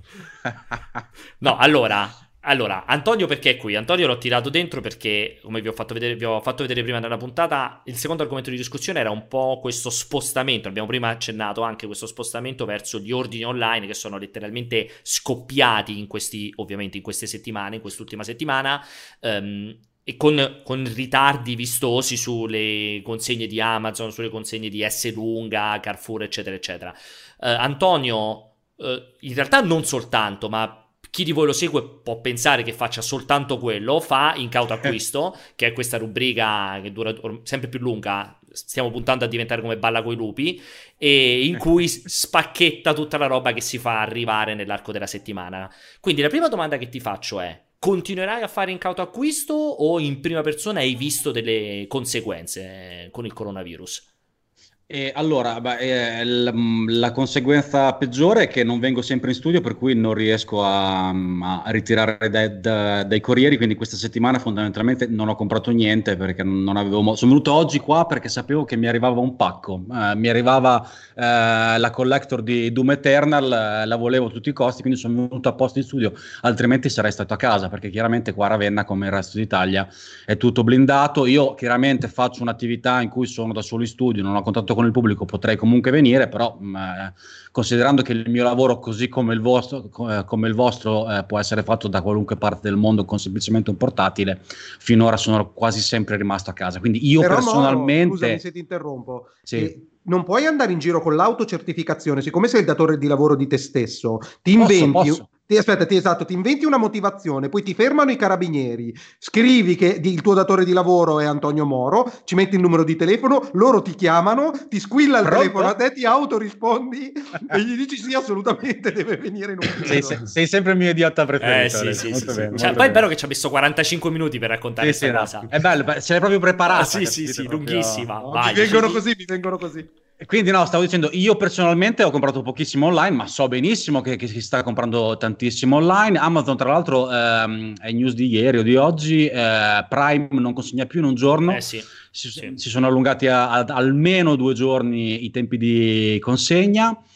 No, allora, allora, Antonio perché è qui? Antonio l'ho tirato dentro perché, come vi ho fatto vedere, vi ho fatto vedere prima nella puntata, il secondo argomento di discussione era un po' questo spostamento, abbiamo prima accennato anche questo spostamento verso gli ordini online che sono letteralmente scoppiati in questi, ovviamente in queste settimane, in quest'ultima settimana, ehm, e con, con ritardi vistosi sulle consegne di Amazon, sulle consegne di Esselunga, Carrefour, eccetera, eccetera. Eh, Antonio, eh, in realtà non soltanto, ma chi di voi lo segue può pensare che faccia soltanto quello, fa Incauto Acquisto, che è questa rubrica che dura or- sempre più lunga, stiamo puntando a diventare come Balla coi lupi, e in cui s- spacchetta tutta la roba che si fa arrivare nell'arco della settimana. Quindi la prima domanda che ti faccio è: continuerai a fare Incauto Acquisto o in prima persona hai visto delle conseguenze eh, con il coronavirus? E allora, beh, eh, la, la conseguenza peggiore è che non vengo sempre in studio, per cui non riesco a, a ritirare dai, da- dai corrieri, quindi questa settimana fondamentalmente non ho comprato niente perché non avevo mo- sono venuto oggi qua perché sapevo che mi arrivava un pacco, eh, mi arrivava eh, la collector di Doom Eternal, eh, la volevo a tutti i costi, quindi sono venuto apposta in studio, altrimenti sarei stato a casa, perché chiaramente qua a Ravenna, come il resto d'Italia, è tutto blindato. Io chiaramente faccio un'attività in cui sono da solo in studio, non ho contatto con il pubblico, potrei comunque venire, però mh, eh, considerando che il mio lavoro, così come il vostro, co- eh, come il vostro eh, può essere fatto da qualunque parte del mondo con semplicemente un portatile, finora sono quasi sempre rimasto a casa, quindi io Però, personalmente... Moro, scusami se ti interrompo. Sì. Eh, non puoi andare in giro con l'autocertificazione, siccome sei il datore di lavoro di te stesso, ti Posso, inventi, posso. ti, aspetta, ti, esatto, ti inventi una motivazione, poi ti fermano i carabinieri, scrivi che di- il tuo datore di lavoro è Antonio Moro, ci metti il numero di telefono, loro ti chiamano, ti squilla il Pronto? telefono a te, ti autorispondi e gli dici sì, assolutamente deve venire in ufficio. Sei, sei- sei sempre il mio idiota preferito. Eh sì, Alessio, sì, molto sì, bene, sì. Cioè, molto poi è bene. vero che ci ha messo quarantacinque minuti per raccontare Sì, sì, questa no. cosa. È bello, ce l'hai proprio preparata. Ah, sì, sì, capito? sì, Proprio- lunghissima. No, Vai. mi vengono così, mi vengono così. E quindi no, stavo dicendo, io personalmente ho comprato pochissimo online, ma so benissimo che, che si sta comprando tantissimo online. Amazon, tra l'altro, ehm, è news di ieri o di oggi, eh, Prime non consegna più in un giorno. Eh sì. Si, Sì. si sono allungati a, a- almeno due giorni i tempi di consegna.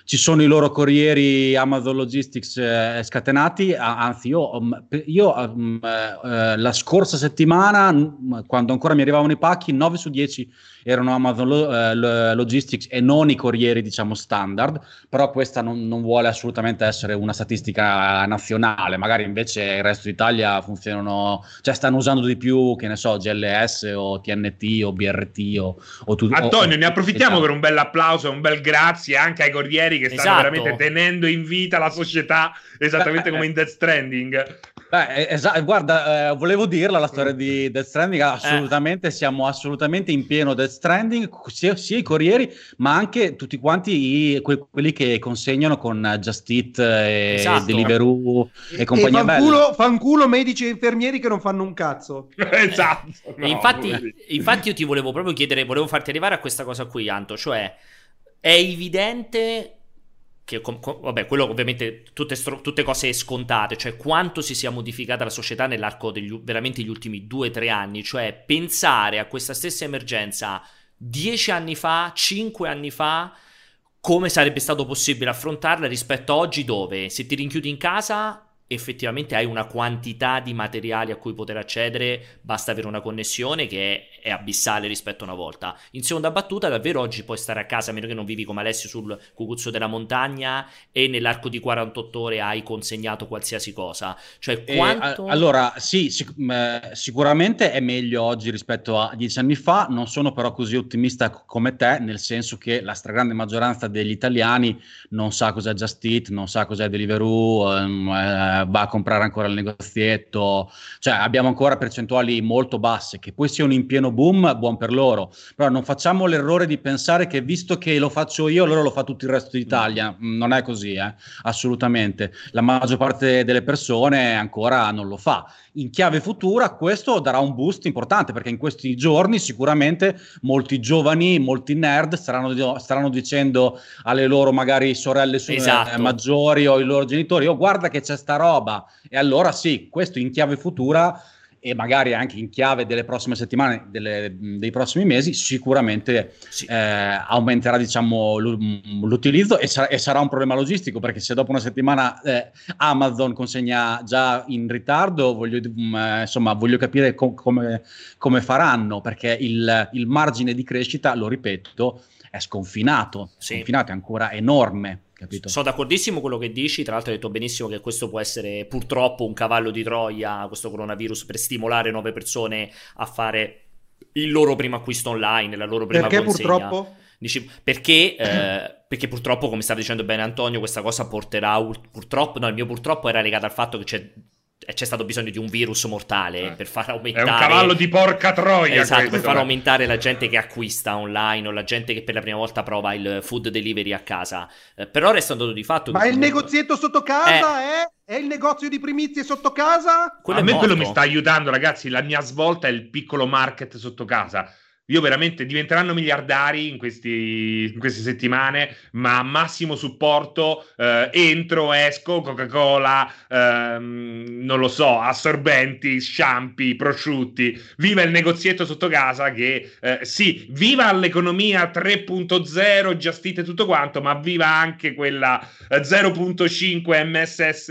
ci sono i loro corrieri Amazon Logistics eh, scatenati, anzi io, io um, eh, la scorsa settimana, quando ancora mi arrivavano i pacchi, nove su dieci erano Amazon lo, eh, Logistics e non i corrieri diciamo standard, però questa non, non vuole assolutamente essere una statistica nazionale, magari invece il resto d'Italia funzionano, cioè stanno usando di più, che ne so, G L S o T N T o B R T o, o tu, Antonio, o, ne approfittiamo esatto. per un bel applauso, un bel grazie anche ai corrieri che stanno Esatto. veramente tenendo in vita la società, esattamente Beh, come in Death Stranding. Beh, esatto, guarda, eh, volevo dirla la storia di Death Stranding, assolutamente, eh. siamo assolutamente in pieno Death Stranding, sia, sia i corrieri, ma anche tutti quanti i, que, quelli che consegnano con Just Eat e esatto. Deliveroo e, e compagnia bella. fanculo, fanculo medici e infermieri che non fanno un cazzo. Esatto. No, e infatti, infatti io ti volevo proprio chiedere, volevo farti arrivare a questa cosa qui, Anto, cioè è evidente che, com, com, vabbè, quello ovviamente tutte, stro, tutte cose scontate, cioè quanto si sia modificata la società nell'arco degli veramente gli ultimi due o tre anni, cioè pensare a questa stessa emergenza dieci anni fa, cinque anni fa, come sarebbe stato possibile affrontarla rispetto a oggi, dove se ti rinchiudi in casa effettivamente hai una quantità di materiali a cui poter accedere, basta avere una connessione che è, è abissale rispetto a una volta. In seconda battuta, davvero oggi puoi stare a casa, a meno che non vivi come Alessio sul cucuzzo della montagna e nell'arco di quarantotto ore hai consegnato qualsiasi cosa. Cioè, quanto... Eh, allora, sì, sic- eh, sicuramente è meglio oggi rispetto a dieci anni fa, non sono però così ottimista c- come te, nel senso che la stragrande maggioranza degli italiani non sa cos'è Just Eat, non sa cos'è Deliveroo, ehm, eh, va a comprare ancora il negozietto, cioè abbiamo ancora percentuali molto basse, che poi siano in pieno boom, buon per loro, però non facciamo l'errore di pensare che visto che lo faccio io, allora lo fa tutto il resto d'Italia, non è così, eh? Assolutamente, la maggior parte delle persone ancora non lo fa. In chiave futura questo darà un boost importante, perché in questi giorni sicuramente molti giovani, molti nerd staranno, staranno dicendo alle loro magari sorelle su, esatto. eh, maggiori o ai loro genitori, oh guarda che c'è sta roba, e allora sì, questo in chiave futura e magari anche in chiave delle prossime settimane, delle, dei prossimi mesi, sicuramente sì. eh, aumenterà diciamo l'utilizzo e sarà, e sarà un problema logistico, perché se dopo una settimana eh, Amazon consegna già in ritardo, voglio, eh, insomma, voglio capire com- come, come faranno, perché il, il margine di crescita, lo ripeto, è sconfinato, sì. sconfinato, è ancora enorme. Capito? Sono d'accordissimo con quello che dici, tra l'altro hai detto benissimo che questo può essere purtroppo un cavallo di Troia, questo coronavirus, per stimolare nuove persone a fare il loro primo acquisto online, la loro prima perché consegna. Purtroppo? Dici, perché, eh, perché purtroppo, come stava dicendo bene Antonio, questa cosa porterà, purtroppo, no, il mio purtroppo era legato al fatto che c'è c'è stato bisogno di un virus mortale eh. per far aumentare, è un cavallo di porca troia, esatto, questo, per far eh. aumentare la gente che acquista online o la gente che per la prima volta prova il food delivery a casa, eh, però resta un dato di fatto ma che il comunque... negozietto sotto casa eh. è? È il negozio di primizie sotto casa? Quello a me quello mi sta aiutando, ragazzi, la mia svolta è il piccolo market sotto casa. Io veramente diventeranno miliardari in, questi, in queste settimane, ma massimo supporto, eh, entro, esco, Coca-Cola, ehm, non lo so, assorbenti, shampoo, prosciutti, viva il negozietto sotto casa che, eh, sì, viva l'economia tre punto zero, Just Eat e tutto quanto, ma viva anche quella eh, zero punto cinque M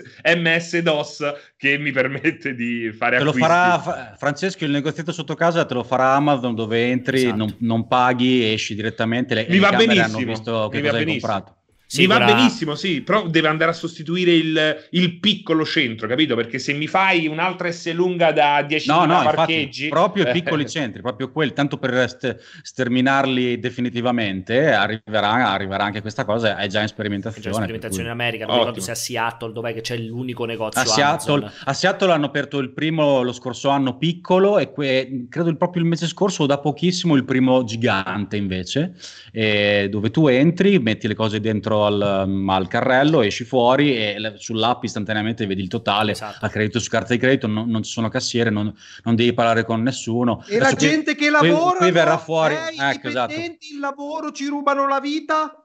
S DOS che mi permette di fare te acquisti. Lo farà, Francesco, il negozietto sotto casa te lo farà Amazon, dove entri, esatto. non, non paghi, esci direttamente, le, mi va le camere benissimo, hanno visto che mi cosa va hai benissimo. comprato. Sì, mi va benissimo, sì, però deve andare a sostituire il, il piccolo centro, capito? Perché se mi fai un'altra S lunga da diecimila no, no, parcheggi... Infatti, proprio i piccoli centri, proprio quelli, tanto per st- sterminarli definitivamente, arriverà, arriverà anche questa cosa, è già in sperimentazione. È già in sperimentazione in America, non ricordo se a Seattle, dov'è che c'è l'unico negozio a Seattle, Amazon. A Seattle hanno aperto il primo lo scorso anno piccolo e que- credo il, proprio il mese scorso o da pochissimo il primo gigante invece, eh, dove tu entri, metti le cose dentro al... al carrello, esci fuori e sull'app istantaneamente vedi il totale, esatto. A credito su carta di credito, non, non ci sono cassiere, non, non devi parlare con nessuno. E adesso la gente qui, che lavora, qui verrà fuori, eh, ecco, esatto. Il lavoro ci rubano la vita.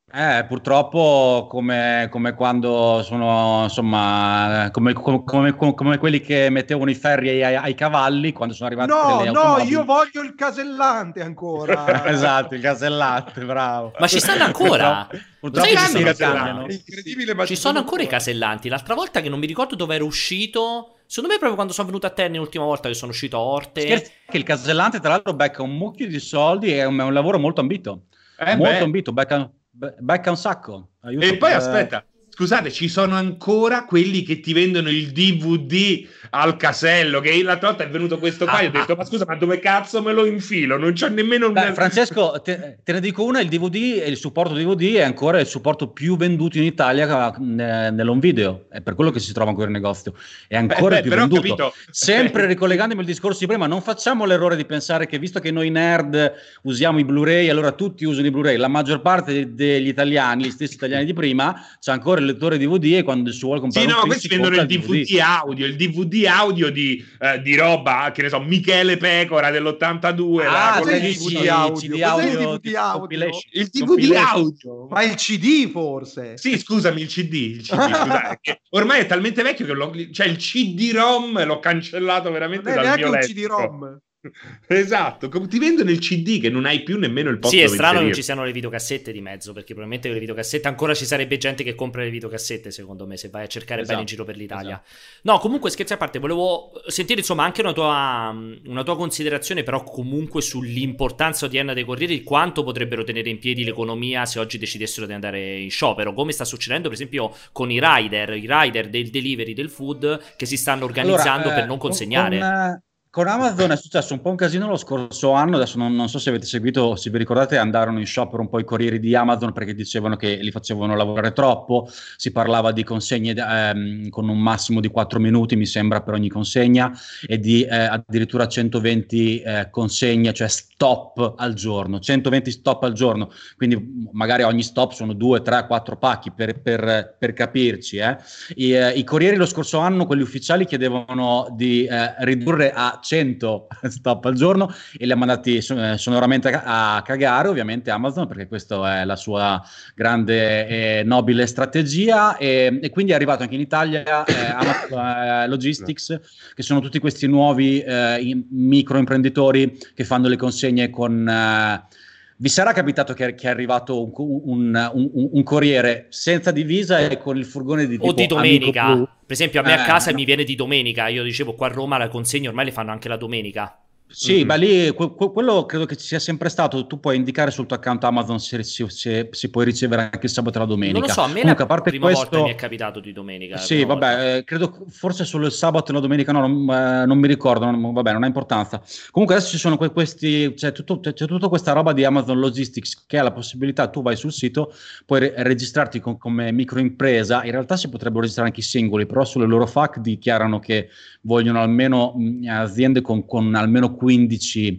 Eh, purtroppo come, come quando sono, insomma, come, come, come, come quelli che mettevano i ferri ai, ai cavalli quando sono arrivati No, delle no, automobili. io voglio il casellante ancora. Esatto, il casellante, bravo. Ma ci stanno ancora? Purtroppo Sai che ci ci sono sono cambiano. ancora? Incredibile, ma Ci sono ancora i casellanti. L'altra volta che non mi ricordo dove era uscito, secondo me proprio quando sono venuto a Terni l'ultima volta che sono uscito a Orte. Scherzi, che il casellante tra l'altro becca un mucchio di soldi e è un, è un lavoro molto ambito. Eh molto beh. ambito, becca, be- becca un sacco. Aiuto, E poi eh, aspetta, scusate, ci sono ancora quelli che ti vendono il D V D al casello, che l'altra volta è venuto questo qua, Ah, io ho detto, ma scusa, ma dove cazzo me lo infilo? Non c'ho nemmeno un... Beh, Francesco, te, te ne dico una, il D V D e il supporto D V D è ancora il supporto più venduto in Italia eh, nell'home video, è per quello che si trova ancora in negozio, è ancora Beh, il più però ho venduto. capito. Sempre ricollegandomi al discorso di prima, non facciamo l'errore di pensare che visto che noi nerd usiamo i Blu-ray, allora tutti usano i Blu-ray, la maggior parte degli italiani, gli stessi italiani di prima, c'è ancora il lettore D V D e quando si vuole comprare Sì, un no, film questi si vendono il compra D V D audio, il D V D audio di, eh, di roba, che ne so, Michele Pecora dell'ottantadue. Ah, la- cos'è con il i D V D C D audio? C D Cos'è il audio, D V D di audio? compilation. Il D V D Compilation. audio. Ma il C D forse? Sì, scusami, il C D, il C D, scusate, che ormai è talmente vecchio che l'ho, cioè il C D-ROM l'ho cancellato veramente Non è dal neanche mio un letto. C D-ROM. Esatto, come ti vendono il C D che non hai più nemmeno il posto Sì, è dove strano che non inserirlo. ci siano le videocassette di mezzo, perché probabilmente con le videocassette ancora ci sarebbe gente che compra le videocassette, secondo me, se vai a cercare Esatto, bene in giro per l'Italia. esatto. No, comunque scherzi a parte, volevo sentire insomma anche una tua, una tua considerazione, però comunque sull'importanza odierna dei corrieri, quanto potrebbero tenere in piedi l'economia se oggi decidessero di andare in sciopero, come sta succedendo per esempio con i rider, i rider del delivery del food che si stanno organizzando Allora, eh, per non con- consegnare. Con, eh, con Amazon è successo un po' un casino lo scorso anno, adesso non, non so se avete seguito o se vi ricordate, andarono in sciopero un po' i corrieri di Amazon perché dicevano che li facevano lavorare troppo, si parlava di consegne ehm, con un massimo di quattro minuti mi sembra per ogni consegna e di eh, addirittura centoventi eh, consegne, cioè stop al giorno, centoventi stop al giorno, quindi magari ogni stop sono due, tre, quattro pacchi per, per, per capirci. Eh. I, eh, I corrieri lo scorso anno, quelli ufficiali, chiedevano di eh, ridurre a cento stop al giorno e li ha mandati son- eh, sonoramente a, a cagare ovviamente Amazon, perché questa è la sua grande e nobile strategia e, e quindi è arrivato anche in Italia eh, Amazon eh, Logistics, che sono tutti questi nuovi eh, i- microimprenditori che fanno le consegne con... eh, vi sarà capitato che, che è arrivato un, un, un, un corriere senza divisa e con il furgone di tipo O di domenica, Amico Blu? per esempio a me Eh, a casa no. mi viene di domenica, io dicevo qua a Roma la consegna ormai le fanno anche la domenica. Sì, Mm-mm. ma lì que- que- quello credo che ci sia sempre stato. Tu puoi indicare sul tuo account Amazon se, se- se si può ricevere anche il sabato e la domenica. Non lo so, a me Comunque, la a parte prima volta questo, mi è capitato di domenica. la sì, prima volta. vabbè, eh, credo forse solo il sabato e la domenica, no, non, eh, non mi ricordo, non, vabbè, non ha importanza. Comunque adesso ci sono que- questi, c'è, tutto, c'è, c'è tutta questa roba di Amazon Logistics che ha la possibilità, tu vai sul sito, puoi re- registrarti con- come microimpresa, in realtà si potrebbero registrare anche i singoli, però sulle loro F A Q dichiarano che vogliono almeno mh, aziende con, con almeno quindici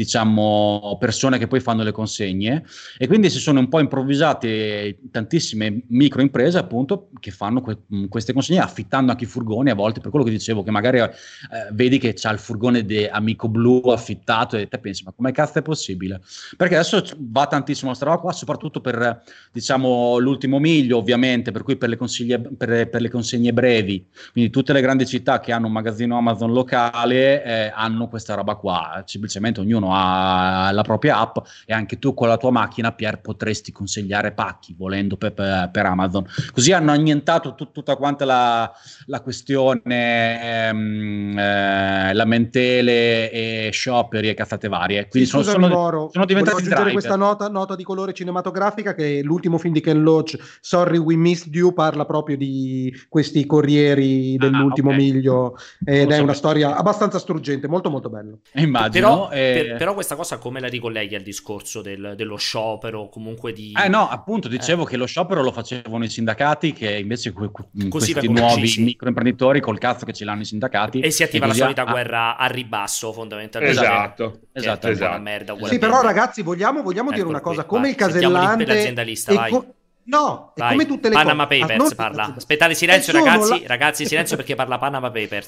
diciamo persone che poi fanno le consegne e quindi si sono un po' improvvisate tantissime microimprese appunto che fanno que- queste consegne affittando anche i furgoni a volte, per quello che dicevo che magari eh, vedi che c'ha il furgone di Amico Blu affittato e te pensi ma come cazzo è possibile? Perché adesso va tantissimo questa roba qua, soprattutto per diciamo l'ultimo miglio ovviamente, per cui per le, consiglie, per, per le consegne brevi, quindi tutte le grandi città che hanno un magazzino Amazon locale eh, hanno questa roba qua, semplicemente ognuno ha la propria app e anche tu con la tua macchina, Pier, potresti consegnare pacchi volendo per, per, per Amazon. Così hanno annientato tut, tutta quanta la, la questione ehm, eh, lamentele e scioperi e cazzate varie. Quindi Sì, sono, scusami, sono, Moro, sono diventati volevo aggiungere driver. questa nota, nota di colore cinematografica che l'ultimo film di Ken Loach, Sorry We Missed You, parla proprio di questi corrieri dell'ultimo ok. miglio ed Non lo è so. una storia abbastanza struggente, molto molto bello. Immagino. Però, eh, per- però questa cosa come la ricolleghi al discorso del- dello sciopero, comunque di... Eh no, appunto, dicevo che lo sciopero lo facevano i sindacati, che invece que- que- questi vengono nuovi uccisi. microimprenditori col cazzo che ce l'hanno i sindacati. E si attiva la così solita a- guerra a ribasso, fondamentalmente. Esatto, Che esatto, è un po' esatto. una merda, Sì, ugualmente. però ragazzi, vogliamo, vogliamo dire Ecco una qui, cosa, come vai, il sentiamo casellante... l'aziendalista, e vai. co- no, è Vai. come tutte le Panama cose... Papers ah, non- parla. Aspettate silenzio e sono ragazzi, la- ragazzi silenzio perché parla Panama Papers.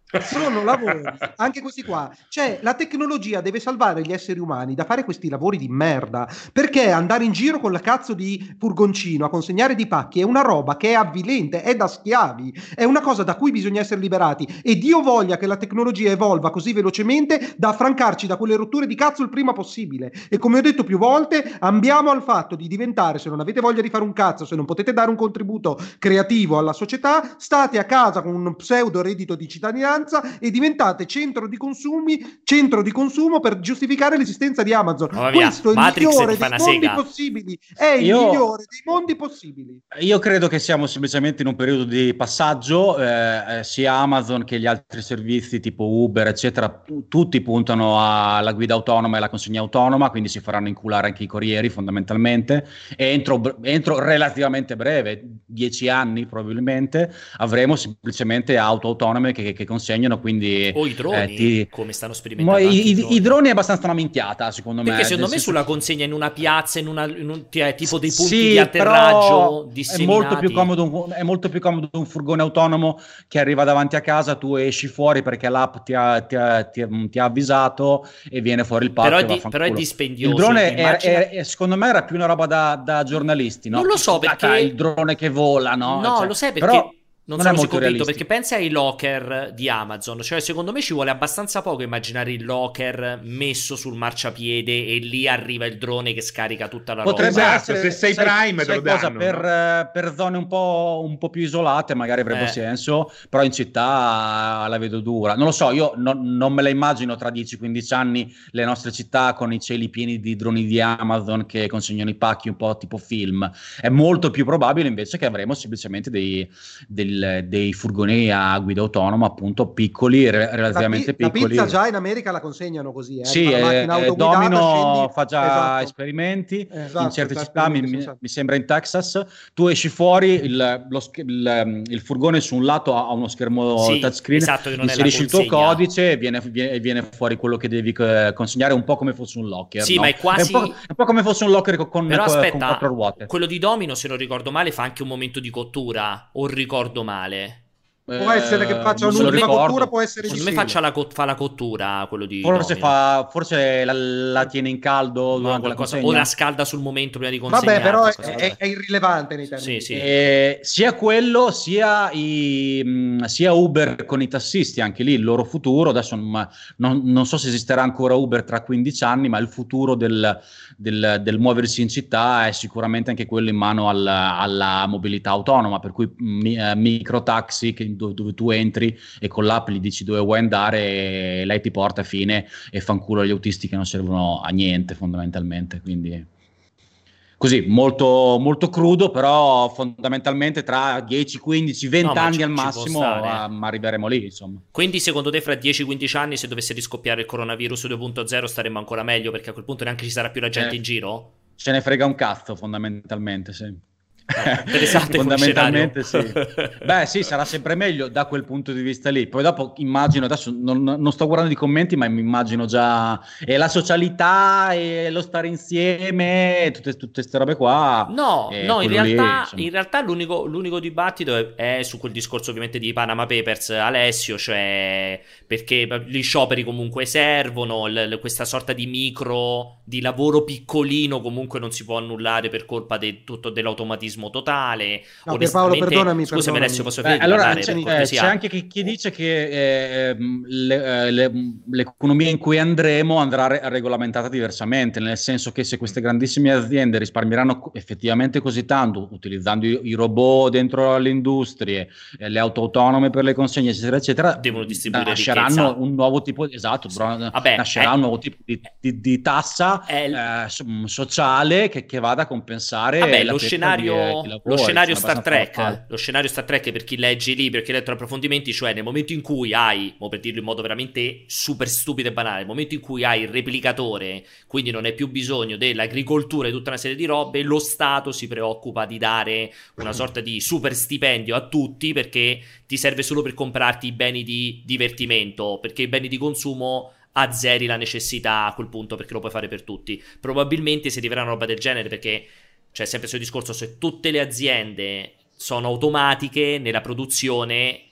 sono lavori, anche questi qua, cioè la tecnologia deve salvare gli esseri umani da fare questi lavori di merda, perché andare in giro con la cazzo di furgoncino a consegnare di pacchi è una roba che è avvilente, è da schiavi, è una cosa da cui bisogna essere liberati, e Dio voglia che la tecnologia evolva così velocemente da affrancarci da quelle rotture di cazzo il prima possibile. E come ho detto più volte, ambiamo al fatto di diventare, se non avete voglia di fare un cazzo, se non potete dare un contributo creativo alla società, state a casa con un pseudo reddito di cittadinanza e diventate centro di consumi, centro di consumo per giustificare l'esistenza di Amazon. Oh, via. Questo è il Matrix migliore ti fa dei una mondi sega. possibili. È il Io- migliore dei mondi possibili. Io credo che siamo semplicemente in un periodo di passaggio, eh, eh, sia Amazon che gli altri servizi tipo Uber, eccetera, tu- tutti puntano alla guida autonoma e alla consegna autonoma, quindi si faranno inculare anche i corrieri fondamentalmente, e entro, br- entro relativamente breve, dieci anni probabilmente, avremo semplicemente auto autonome che, che consegnano, quindi O i droni, eh, ti- come stanno Ma sperimentando i, anche i i- droni. i droni è abbastanza una minchiata, secondo me. Perché secondo nel me senso sulla che- consegna in una piazza, in, una, in un, ti- tipo dei punti Sì, di atterraggio però disseminati. è molto più comodo un, è molto più comodo un furgone autonomo che arriva davanti a casa, tu esci fuori perché l'app ti ha, ti ha- ti ha- ti ha avvisato e viene fuori il pacco Però è, e di- vaffanculo. però è dispendioso. Il drone è- Immagina- è- è- secondo me era più una roba da, da giornalisti, no? Non lo so, Guardate, perché- il drone che vola, no? No, Cioè, lo sai perché però non, non è sono molto convinto, realistico. perché pensa ai locker di Amazon, cioè secondo me ci vuole abbastanza poco immaginare il locker messo sul marciapiede e lì arriva il drone che scarica tutta la Potrebbe roba. Esatto, essere, se sei Prime te sai lo cosa, danno, per, no? eh, per zone un po', un po' più isolate magari avrebbe Eh. senso, però in città la vedo dura. Non lo so, io non, non me la immagino tra dieci quindici anni le nostre città con i cieli pieni di droni di Amazon che consegnano i pacchi un po' tipo film. È molto più probabile invece che avremo semplicemente dei, del- dei furgoni a guida autonoma, appunto piccoli, re- La, relativamente pi- la piccoli. pizza già in America la consegnano così, eh. Sì, Arriva la eh, macchina eh, autoguidata, Domino scendi- fa già esatto. esperimenti Esatto, in certe già città, mi, esperimenti, mi- sono mi sembra in Texas. Tu esci fuori, il, lo sch- il, il furgone su un lato ha uno schermo Sì, touchscreen, esatto, che non è la inserisci il tuo consegna. codice e viene, viene- viene fuori quello che devi eh, consegnare, un po' come fosse un locker. Sì, no? ma è quasi- un po', è un po' come fosse un locker con, con, Però con aspetta, quattro ruote. quello di Domino, se non ricordo male, fa anche un momento di cottura, o ricordo male? Può essere che faccia non me lo un'ultima ricordo. cottura, può essere di Secondo me sì. faccia la, co- fa la cottura quello di Forse, Domino. fa, forse la, la tiene in caldo No, durante la qualcosa- consegna. o la scalda sul momento prima di consegnare. Vabbè, però è, qualcosa- è- è irrilevante nei termini. Sì, sì. Eh, sia quello sia, i, mh, sia Uber con i tassisti, anche lì il loro futuro. Adesso non, non- non so se esisterà ancora Uber tra quindici anni, ma il futuro del, del- del muoversi in città è sicuramente anche quello in mano alla, alla mobilità autonoma, per cui mi, eh, micro taxi che- dove, dove tu entri e con l'app gli dici dove vuoi andare e lei ti porta a fine e fanculo gli autisti che non servono a niente fondamentalmente. Quindi così, molto, molto crudo, però fondamentalmente tra dieci, quindici, venti No, ma anni ci- al ci può massimo stare. ah, ma arriveremo lì, insomma. Quindi secondo te fra dieci quindici anni, se dovesse riscoppiare il coronavirus due punto zero, staremmo ancora meglio, perché a quel punto neanche ci sarà più la gente Eh. in giro? Ce ne frega un cazzo fondamentalmente, sì. Interessante come Fondamentalmente sì. scenario. Beh sì, sarà sempre meglio da quel punto di vista lì. Poi dopo immagino, adesso non, non sto guardando i commenti, ma mi immagino già e la socialità e lo stare insieme e tutte queste robe qua. No, E no, in quello lì, realtà, insomma. in realtà l'unico, l'unico dibattito è, è su quel discorso ovviamente di Panama Papers, Alessio, cioè perché gli scioperi comunque servono, l- l- questa sorta di micro, di lavoro piccolino comunque non si può annullare per colpa di tutto dell'automatismo totale. No, Pierpaolo, Onestamente- perdonami, scusami perdonami. Alessio, posso Beh, finire di allora parlare, c'è, per eh, cortesia? c'è anche chi, chi dice che eh, ehm, le- eh, le- l'economia in cui andremo andrà re- regolamentata diversamente, nel senso che se queste grandissime aziende risparmieranno co- effettivamente così tanto utilizzando i, i robot dentro le industrie, eh, le auto autonome per le consegne, eccetera, eccetera, Devono distribuire nasceranno ricchezza. un nuovo tipo, esatto, però, Vabbè, nascerà è- un nuovo tipo di, di- di tassa è il- eh, so- sociale che, che vada a compensare Vabbè, la lo fetta scenario, di, eh, chi lo lavora, scenario insomma, Star abbastanza Trek, normale. lo scenario Star Trek per chi legge i libri, per chi ha letto approfondimenti, cioè nel momento in cui hai, o per dirlo in modo veramente super stupido e banale, nel momento in cui hai il replicatore, quindi non hai più bisogno dell'agricoltura e tutta una serie di robe, lo Stato si preoccupa di dare una sorta di super stipendio a tutti perché ti serve solo per comprarti i beni di divertimento, perché i beni di consumo azzeri la necessità a quel punto perché lo puoi fare per tutti. Probabilmente si arriverà una roba del genere perché, cioè, sempre il suo discorso, se tutte le aziende sono automatiche nella produzione,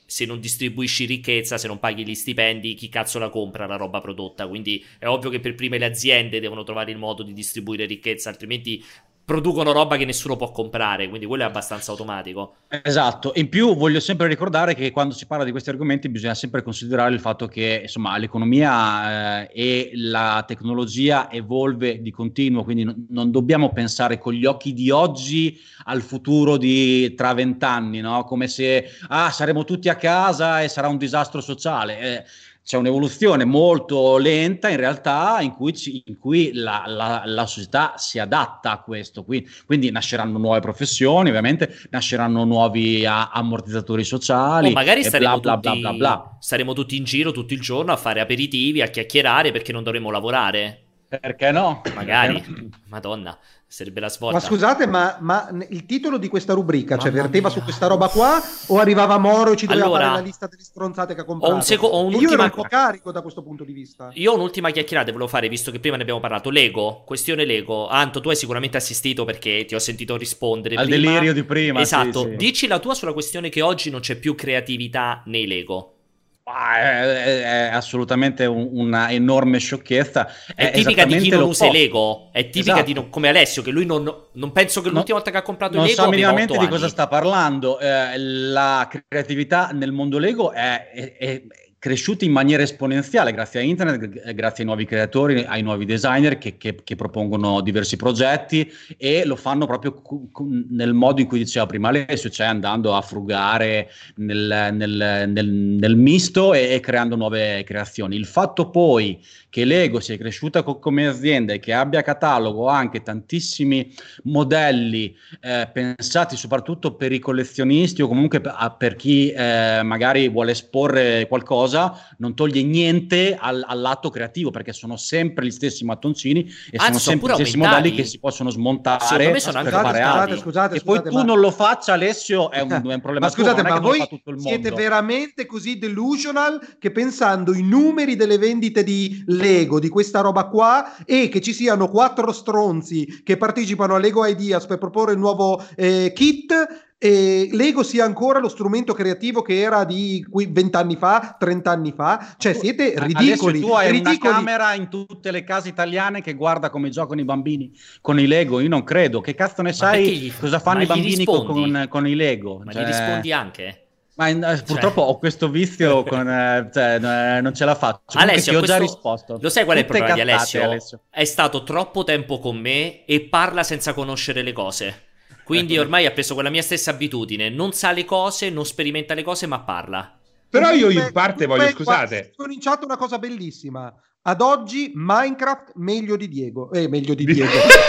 se non distribuisci ricchezza, se non paghi gli stipendi, chi cazzo la compra la roba prodotta? Quindi è ovvio che per prime le aziende devono trovare il modo di distribuire ricchezza, altrimenti producono roba che nessuno può comprare, quindi quello è abbastanza automatico. Esatto, in più voglio sempre ricordare che quando si parla di questi argomenti bisogna sempre considerare il fatto che insomma l'economia eh, e la tecnologia evolve di continuo, quindi non, non dobbiamo pensare con gli occhi di oggi al futuro di tra vent'anni, no? Come se ah, saremo tutti a casa e sarà un disastro sociale. Eh, C'è un'evoluzione molto lenta in realtà in cui, ci, in cui la, la, la società si adatta a questo, quindi, quindi nasceranno nuove professioni, ovviamente nasceranno nuovi a, ammortizzatori sociali, o magari e staremo, bla, tutti, bla, bla, bla, bla. staremo tutti in giro tutto il giorno a fare aperitivi, a chiacchierare perché non dovremo lavorare. Perché no? Magari, Perché no? Madonna, sarebbe la svolta. Ma scusate, ma, ma il titolo di questa rubrica, cioè Mamma verteva mia. su questa roba qua o arrivava Moro e ci doveva Allora, fare la lista delle stronzate che ha comprato? Ho un seco- ho E io un'ultima... ero un po' carico da questo punto di vista. Io ho un'ultima chiacchierata volevo fare, visto che prima ne abbiamo parlato. Lego, questione Lego. Anto, tu hai sicuramente assistito perché ti ho sentito rispondere Al prima. delirio di prima. Esatto, sì, sì. dici la tua sulla questione che oggi non c'è più creatività nei Lego. Ah, è, è, è assolutamente un, una enorme sciocchezza. È, è tipica di chi non usa i Lego. È tipica esatto. di non, come Alessio, che lui non, non penso che l'ultima no, volta che ha comprato non i Lego sa minimamente di anni. cosa sta parlando. Eh, la creatività nel mondo Lego è, è, è cresciuta in maniera esponenziale grazie a internet, grazie ai nuovi creatori, ai nuovi designer che, che, che propongono diversi progetti e lo fanno proprio cu- cu- nel modo in cui diceva prima Alessio, cioè andando a frugare nel, nel, nel, nel misto e, e creando nuove creazioni. Il fatto poi che Lego sia cresciuta co- come azienda e che abbia catalogo anche tantissimi modelli eh, pensati soprattutto per i collezionisti o comunque per, per chi eh, magari vuole esporre qualcosa, non toglie niente al, al lato creativo, perché sono sempre gli stessi mattoncini e Anzi, sono sempre gli stessi aumentati. modelli che si possono smontare Secondo me sono per anche fare aumentati. altro. Scusate, e scusate, poi tu ma- non lo faccia, Alessio, è un, è un problema Ma scusate, tuo, non è ma che non lo voi fa tutto il mondo. siete veramente così delusional che pensando i numeri delle vendite di Lego, di questa roba qua, e che ci siano quattro stronzi che partecipano a Lego Ideas per proporre il nuovo eh, kit, e Lego sia ancora lo strumento creativo che era di vent'anni fa, trent'anni fa? Cioè siete ridicoli. Adesso tu hai ridicoli. una camera in tutte le case italiane che guarda come giocano i bambini con i Lego. Io non credo. Che cazzo ne sai gli- cosa fanno ma i gli bambini con, rispondi? con, con i Lego? Ma Cioè, gli rispondi anche? Ma eh, purtroppo ho questo vizio con, eh, cioè, eh, non ce la faccio. Comunque Alessio, ti ho questo- già risposto. Lo sai qual è il Tutte problema di cazzate, Alessio? Alessio. È stato troppo tempo con me e parla senza conoscere le cose. Quindi ormai ha preso quella mia stessa abitudine. Non sa le cose, non sperimenta le cose, ma parla. Però io in Comunque- parte voglio, comunque, guarda, scusate, Sono in chat una cosa bellissima. Ad oggi Minecraft meglio di Diego. Eh, meglio di Diego.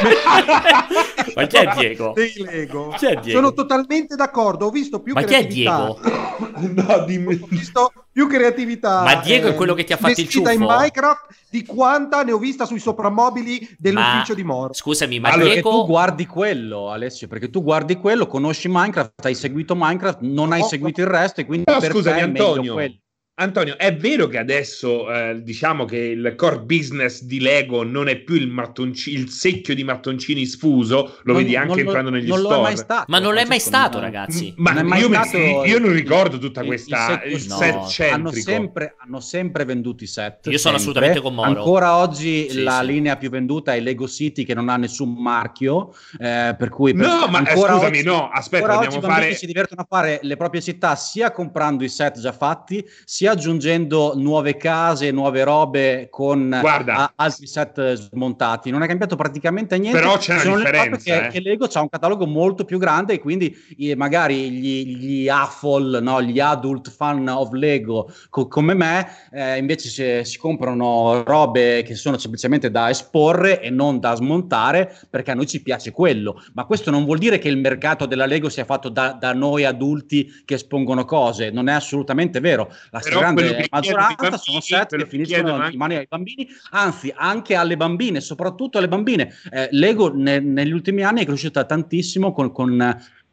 Ma chi è Diego? Dei Lego. Chi è Diego? Sono totalmente d'accordo. Ho visto più Ma chi è creatività. Diego? no, dimmi. Ho visto più creatività. Ma Diego è eh, quello che ti ha fatto il vestita in ciuffo? Minecraft di quanta ne ho vista sui soprammobili dell'ufficio Ma- di Moro. Scusami, ma Allora, Diego... che tu guardi quello, Alessio, perché tu guardi quello, conosci Minecraft, hai seguito Minecraft, non hai No, seguito il resto e quindi Però per scusami, te è meglio Antonio. quello. Antonio, è vero che adesso eh, diciamo che il core business di Lego non è più il, mattonci- il secchio di mattoncini sfuso, lo Non- vedi anche non lo- entrando negli non lo è store. mai stato. Ma non l'è mai Francesco, stato, no. ragazzi. Ma Non è mai io, mi- stato io non ricordo tutta il- questa il il secchio- set no. centrico. hanno sempre, hanno sempre venduto i set. Io sono sempre. assolutamente con Moro. Ancora oggi Sì, la sì. linea più venduta è Lego City, che non ha nessun marchio, eh, per cui per- No, ma eh, ancora scusami, oggi, no, aspetta, ancora oggi dobbiamo i bambini fare si divertono a fare le proprie città sia comprando i set già fatti, sia aggiungendo nuove case, nuove robe con Guarda. a- altri set smontati. Non è cambiato praticamente niente. Però c'è una se non il fatto differenza, che, eh. che Lego c'ha un catalogo molto più grande e quindi eh, magari gli, gli A F O L, no, gli adult fan of Lego co- come me, eh, invece si, si comprano robe che sono semplicemente da esporre e non da smontare, perché a noi ci piace quello. Ma questo non vuol dire che il mercato della Lego sia fatto da, da noi adulti che espongono cose, non è assolutamente vero. La Però quello stragrande che maggioranza chiedono i sono bambini, set quello che che finiscono chiedono in anche- mano ai bambini, anzi anche alle bambine, soprattutto alle bambine. Eh, Lego ne- negli ultimi anni è cresciuta tantissimo con, con,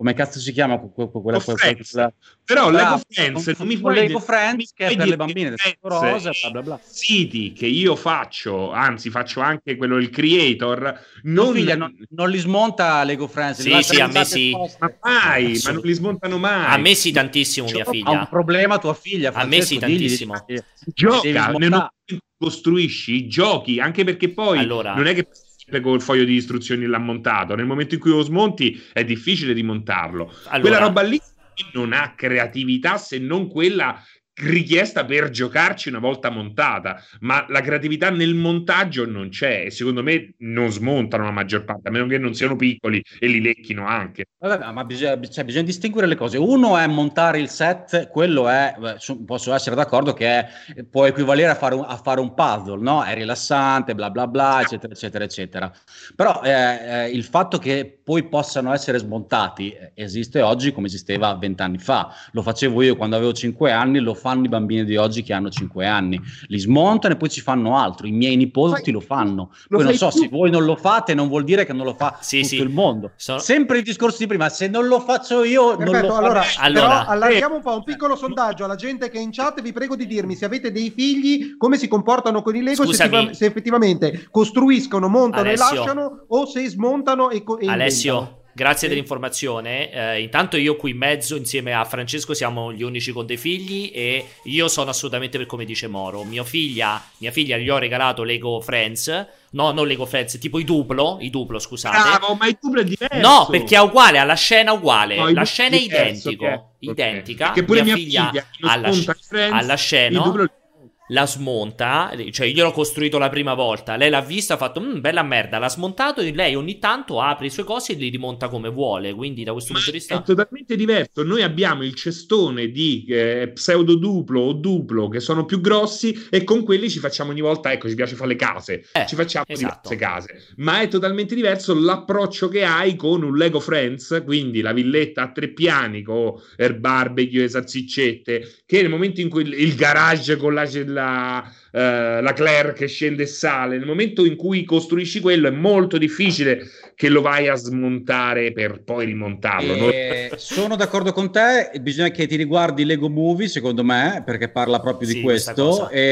come cazzo si chiama quella, quella, Friends. quella... Però Bravo, Lego Friends non mi con fai Lego de- Friends che è per le bambine rosa, bla bla bla. siti che io faccio, anzi faccio anche quello il creator, non, non, figlia, non, non li smonta Lego Friends, sì, sì, a me sì, ma mai, ma non li smontano mai. A me sì tantissimo, mia figlia. Ha un problema tua figlia, Francesco, a me sì tantissimo. Digli, gioca, nel momento in cui costruisci, giochi, anche perché poi allora, non è che col foglio di istruzioni l'ha montato, nel momento in cui lo smonti è difficile rimontarlo. Allora, quella roba lì non ha creatività se non quella richiesta per giocarci una volta montata, ma la creatività nel montaggio non c'è e secondo me non smontano la maggior parte, a meno che non siano piccoli e li lecchino anche. Vabbè, ma bisogna, cioè, bisogna distinguere le cose. Uno è montare il set, quello è, posso essere d'accordo che è, può equivalere a fare, un, a fare un puzzle, no? È rilassante, bla bla bla, eccetera eccetera eccetera. Però eh, eh, il fatto che poi possano essere smontati esiste oggi come esisteva vent'anni fa. Lo facevo io quando avevo cinque anni, lo fanno i bambini di oggi che hanno cinque anni, li smontano e poi ci fanno altro. I miei nipoti lo fanno. Lo poi non so, tu? Se voi non lo fate non vuol dire che non lo fa sì, tutto sì. il mondo. Sono... Sempre il discorso di prima, se non lo faccio io perfetto, non lo allora, allora, però allarghiamo un po' un piccolo sondaggio alla gente che è in chat. Vi prego di dirmi se avete dei figli, come si comportano con i Lego, se, effettiva- se effettivamente costruiscono, montano Alessio. e lasciano, o se smontano e, co- e Alessio inventano. Grazie sì. dell'informazione. Eh, intanto io qui in mezzo insieme a Francesco siamo gli unici con dei figli e io sono assolutamente per come dice Moro. Mio figlia, mia figlia gli ho regalato Lego Friends. No, non Lego Friends, tipo i Duplo, i Duplo, scusate. Bravo, ma il Duplo è diverso. No, perché è uguale, alla scena uguale. No, la scena è diverso, identico, okay. identica. Perché pure mia, mia figlia, figlia alla, Friends, alla scena Duplo... la smonta, cioè io l'ho costruito la prima volta, lei l'ha vista, ha fatto mmm, bella merda, l'ha smontato e lei ogni tanto apre i suoi cosi e li rimonta come vuole, quindi da questo Ma punto di vista è totalmente diverso. Noi abbiamo il cestone di eh, pseudo duplo o duplo che sono più grossi e con quelli ci facciamo ogni volta, ecco, ci piace fare le case, eh, ci facciamo esatto. diverse case, ma è totalmente diverso l'approccio che hai con un Lego Friends, quindi la villetta a tre piani con il barbecue e salsiccette, che nel momento in cui il, il garage con la, la Uh, la Claire che scende e sale, nel momento in cui costruisci quello è molto difficile che lo vai a smontare per poi rimontarlo. Eh, non... Sono d'accordo con te, bisogna che ti riguardi Lego Movie secondo me, perché parla proprio sì, di questo e,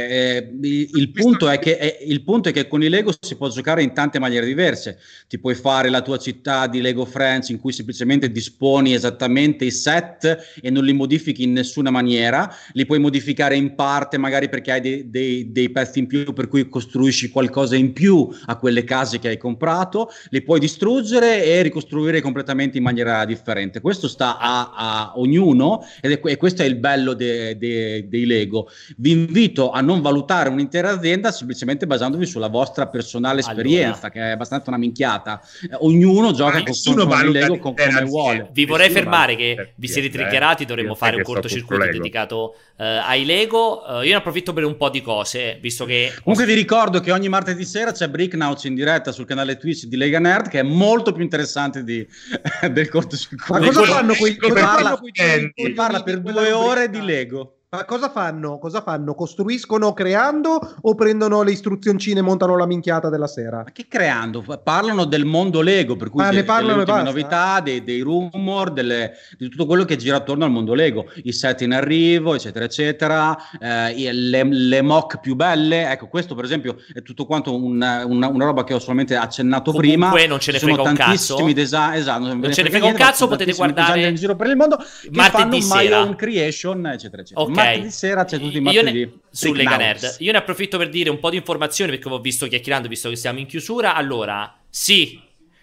e, il, il, punto è che, è, il punto è che con i Lego si può giocare in tante maniere diverse. Ti puoi fare la tua città di Lego Friends in cui semplicemente disponi esattamente i set e non li modifichi in nessuna maniera, li puoi modificare in parte magari perché hai dei Dei, dei pezzi in più per cui costruisci qualcosa in più a quelle case che hai comprato, li puoi distruggere e ricostruire completamente in maniera differente. Questo sta a, a ognuno ed è, e questo è il bello de, de, dei Lego. Vi invito a non valutare un'intera azienda semplicemente basandovi sulla vostra personale esperienza, allora, che è abbastanza una minchiata. Eh, ognuno gioca con, con, con i Lego con, come vuole. Vi vorrei fermare che vi siete triggerati, dovremmo fare un cortocircuito dedicato uh, ai Lego. Uh, io ne approfitto per un po' di cose, visto che comunque vi ricordo che ogni martedì sera c'è Bricknauts in diretta sul canale Twitch di Lega Nerd, che è molto più interessante di, del cortocircuito. Ma cosa fanno quei, cosa parla, fanno quei parla, parla per due ore di Lego. Ma cosa fanno? Cosa fanno? Costruiscono creando o prendono le istruzioncine e montano la minchiata della sera? Ma che creando? Parlano del mondo Lego, per cui ah, de- ne parlano delle ultime novità, dei, dei rumor, delle, di tutto quello che gira attorno al mondo Lego, i set in arrivo, eccetera, eccetera, eh, le, le mock più belle. Ecco, questo per esempio è tutto quanto una, una, una roba che ho solamente accennato Comunque, prima. Comunque non ce ne frega un cazzo. Desa- esatto, non, non ce ne frega un cazzo, potete guardare in giro per il mondo che martedì fanno sera. My Own Creation, eccetera, eccetera. Okay. Martedì sera c'è tutti i martedì ne, su Lega Nerd. Io ne approfitto per dire un po' di informazioni perché ho visto chiacchierando, visto che siamo in chiusura. Allora, sì,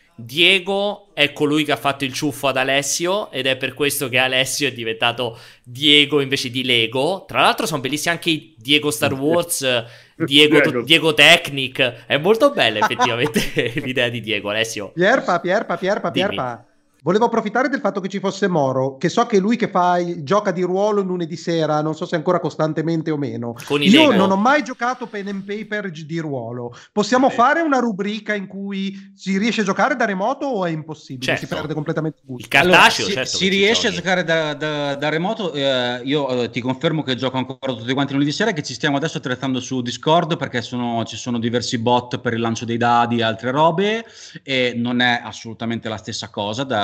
Diego è colui che ha fatto il ciuffo ad Alessio ed è per questo che Alessio è diventato Diego invece di Lego. Tra l'altro sono bellissimi anche i Diego Star Wars, Diego, Diego Technic. È molto bella effettivamente l'idea di Diego, Alessio. Pierpa, Pierpa, Pierpa, Pierpa. Dimmi. Volevo approfittare del fatto che ci fosse Moro, che so che lui che fa gioca di ruolo lunedì sera, non so se ancora costantemente o meno. Con i Io Lego. non ho mai giocato pen and paper di ruolo. Possiamo eh. fare una rubrica in cui si riesce a giocare da remoto o è impossibile? Certo. Si perde completamente il gusto. Il cartaceo, allora, certo. Si, si riesce a giocare da, da, da remoto. Eh, io eh, ti confermo che gioco ancora tutti quanti lunedì sera, che ci stiamo adesso attrezzando su Discord perché sono, ci sono diversi bot per il lancio dei dadi e altre robe e non è assolutamente la stessa cosa da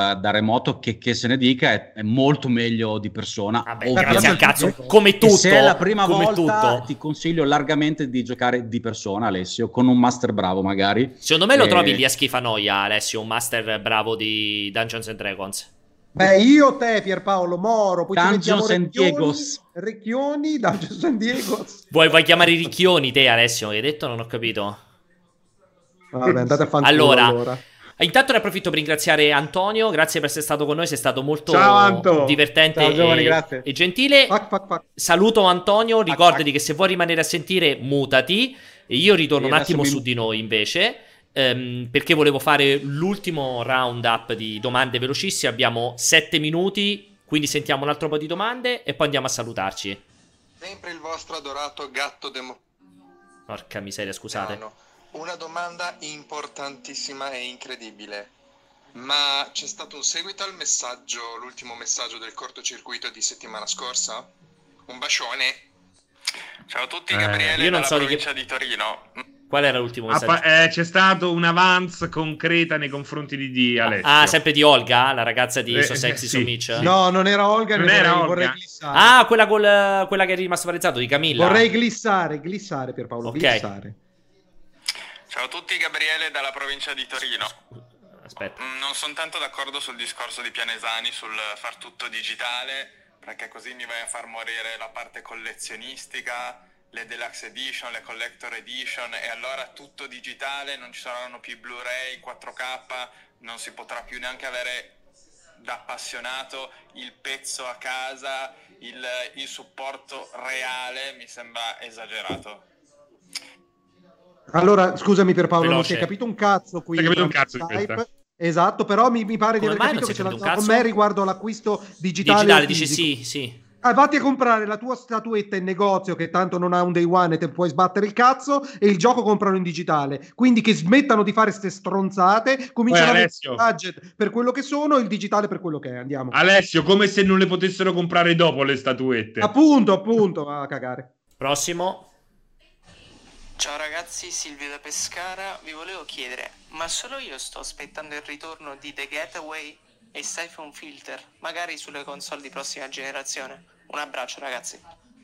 da, da remoto, che, che se ne dica, è, è molto meglio di persona. Vabbè, grazie al cazzo, come tutto. E se è la prima come volta, tutto. ti consiglio largamente di giocare di persona, Alessio, con un master bravo magari. Secondo me lo E- trovi lì a schifanoia, Alessio, un master bravo di Dungeons and Dragons. Beh, io, te, Pierpaolo, Moro, poi Dungeons ci mettiamo and Recchioni, Diegos. Recchioni, Dungeons and Diegos. Vuoi, vuoi chiamare i ricchioni te, Alessio? Che hai detto? Non ho capito. Vabbè, andate a fanculo Allora, allora. intanto ne approfitto per ringraziare Antonio, grazie per essere stato con noi, sei stato molto Ciao, Anto. divertente Ciao, giovani, e, grazie. e gentile. Fuck, fuck, fuck. Saluto Antonio, ricordati che se vuoi rimanere a sentire mutati, e io ritorno Sì, un attimo adesso mi- su di noi invece, ehm, perché volevo fare l'ultimo round up di domande velocissime, abbiamo sette minuti, quindi sentiamo un altro po' di domande e poi andiamo a salutarci. Sempre il vostro adorato gatto democristiano. Porca miseria, scusate. Una domanda importantissima e incredibile. Ma c'è stato un seguito al messaggio, l'ultimo messaggio del cortocircuito di settimana scorsa? Un bacione. Ciao a tutti, Eh, Gabriele io non dalla so di che- provincia di Torino. Qual era l'ultimo Ah, messaggio? pa- eh, c'è stato un avance concreta nei confronti di, di Alessio. Ah, sempre di Olga, la ragazza di Eh, So Sexy sì. So Mitch? No, non era Olga, Non ne era vorrei, Olga? vorrei glissare. Ah, quella, col, quella che è rimasto pareggiato, di Camilla. Vorrei glissare, glissare Pierpaolo, Ok. glissare. Ciao a tutti, Gabriele dalla provincia di Torino. Aspetta. Mm, Non sono tanto d'accordo sul discorso di Pianesani sul far tutto digitale, perché così mi vai a far morire la parte collezionistica, le deluxe edition, le collector edition, e allora tutto digitale, non ci saranno più i Blu-ray quattro K, non si potrà più neanche avere da appassionato il pezzo a casa, il, il supporto reale, mi sembra esagerato. Allora, scusami Pierpaolo, non Veloce. si è capito un cazzo qui. Non si è capito un tramite cazzo di Skype. questa. Esatto, però mi, mi pare Come di aver mai capito non che si ce è l'ha capito un con cazzo? me riguardo l'acquisto digitale. Digitale, o dice fisico. sì, sì. Ah, vatti a comprare la tua statuetta in negozio che tanto non ha un day one e te puoi sbattere il cazzo, e il gioco comprano in digitale. Quindi che smettano di fare ste stronzate, cominciano Poi, a avere Alessio. il budget per quello che sono e il digitale per quello che è. Andiamo. Alessio, come se non le potessero comprare dopo le statuette. Appunto, appunto, a cagare. Prossimo. Ciao ragazzi, Silvio da Pescara. Vi volevo chiedere, ma solo io sto aspettando il ritorno di The Getaway e Siphon Filter, magari sulle console di prossima generazione? Un abbraccio ragazzi.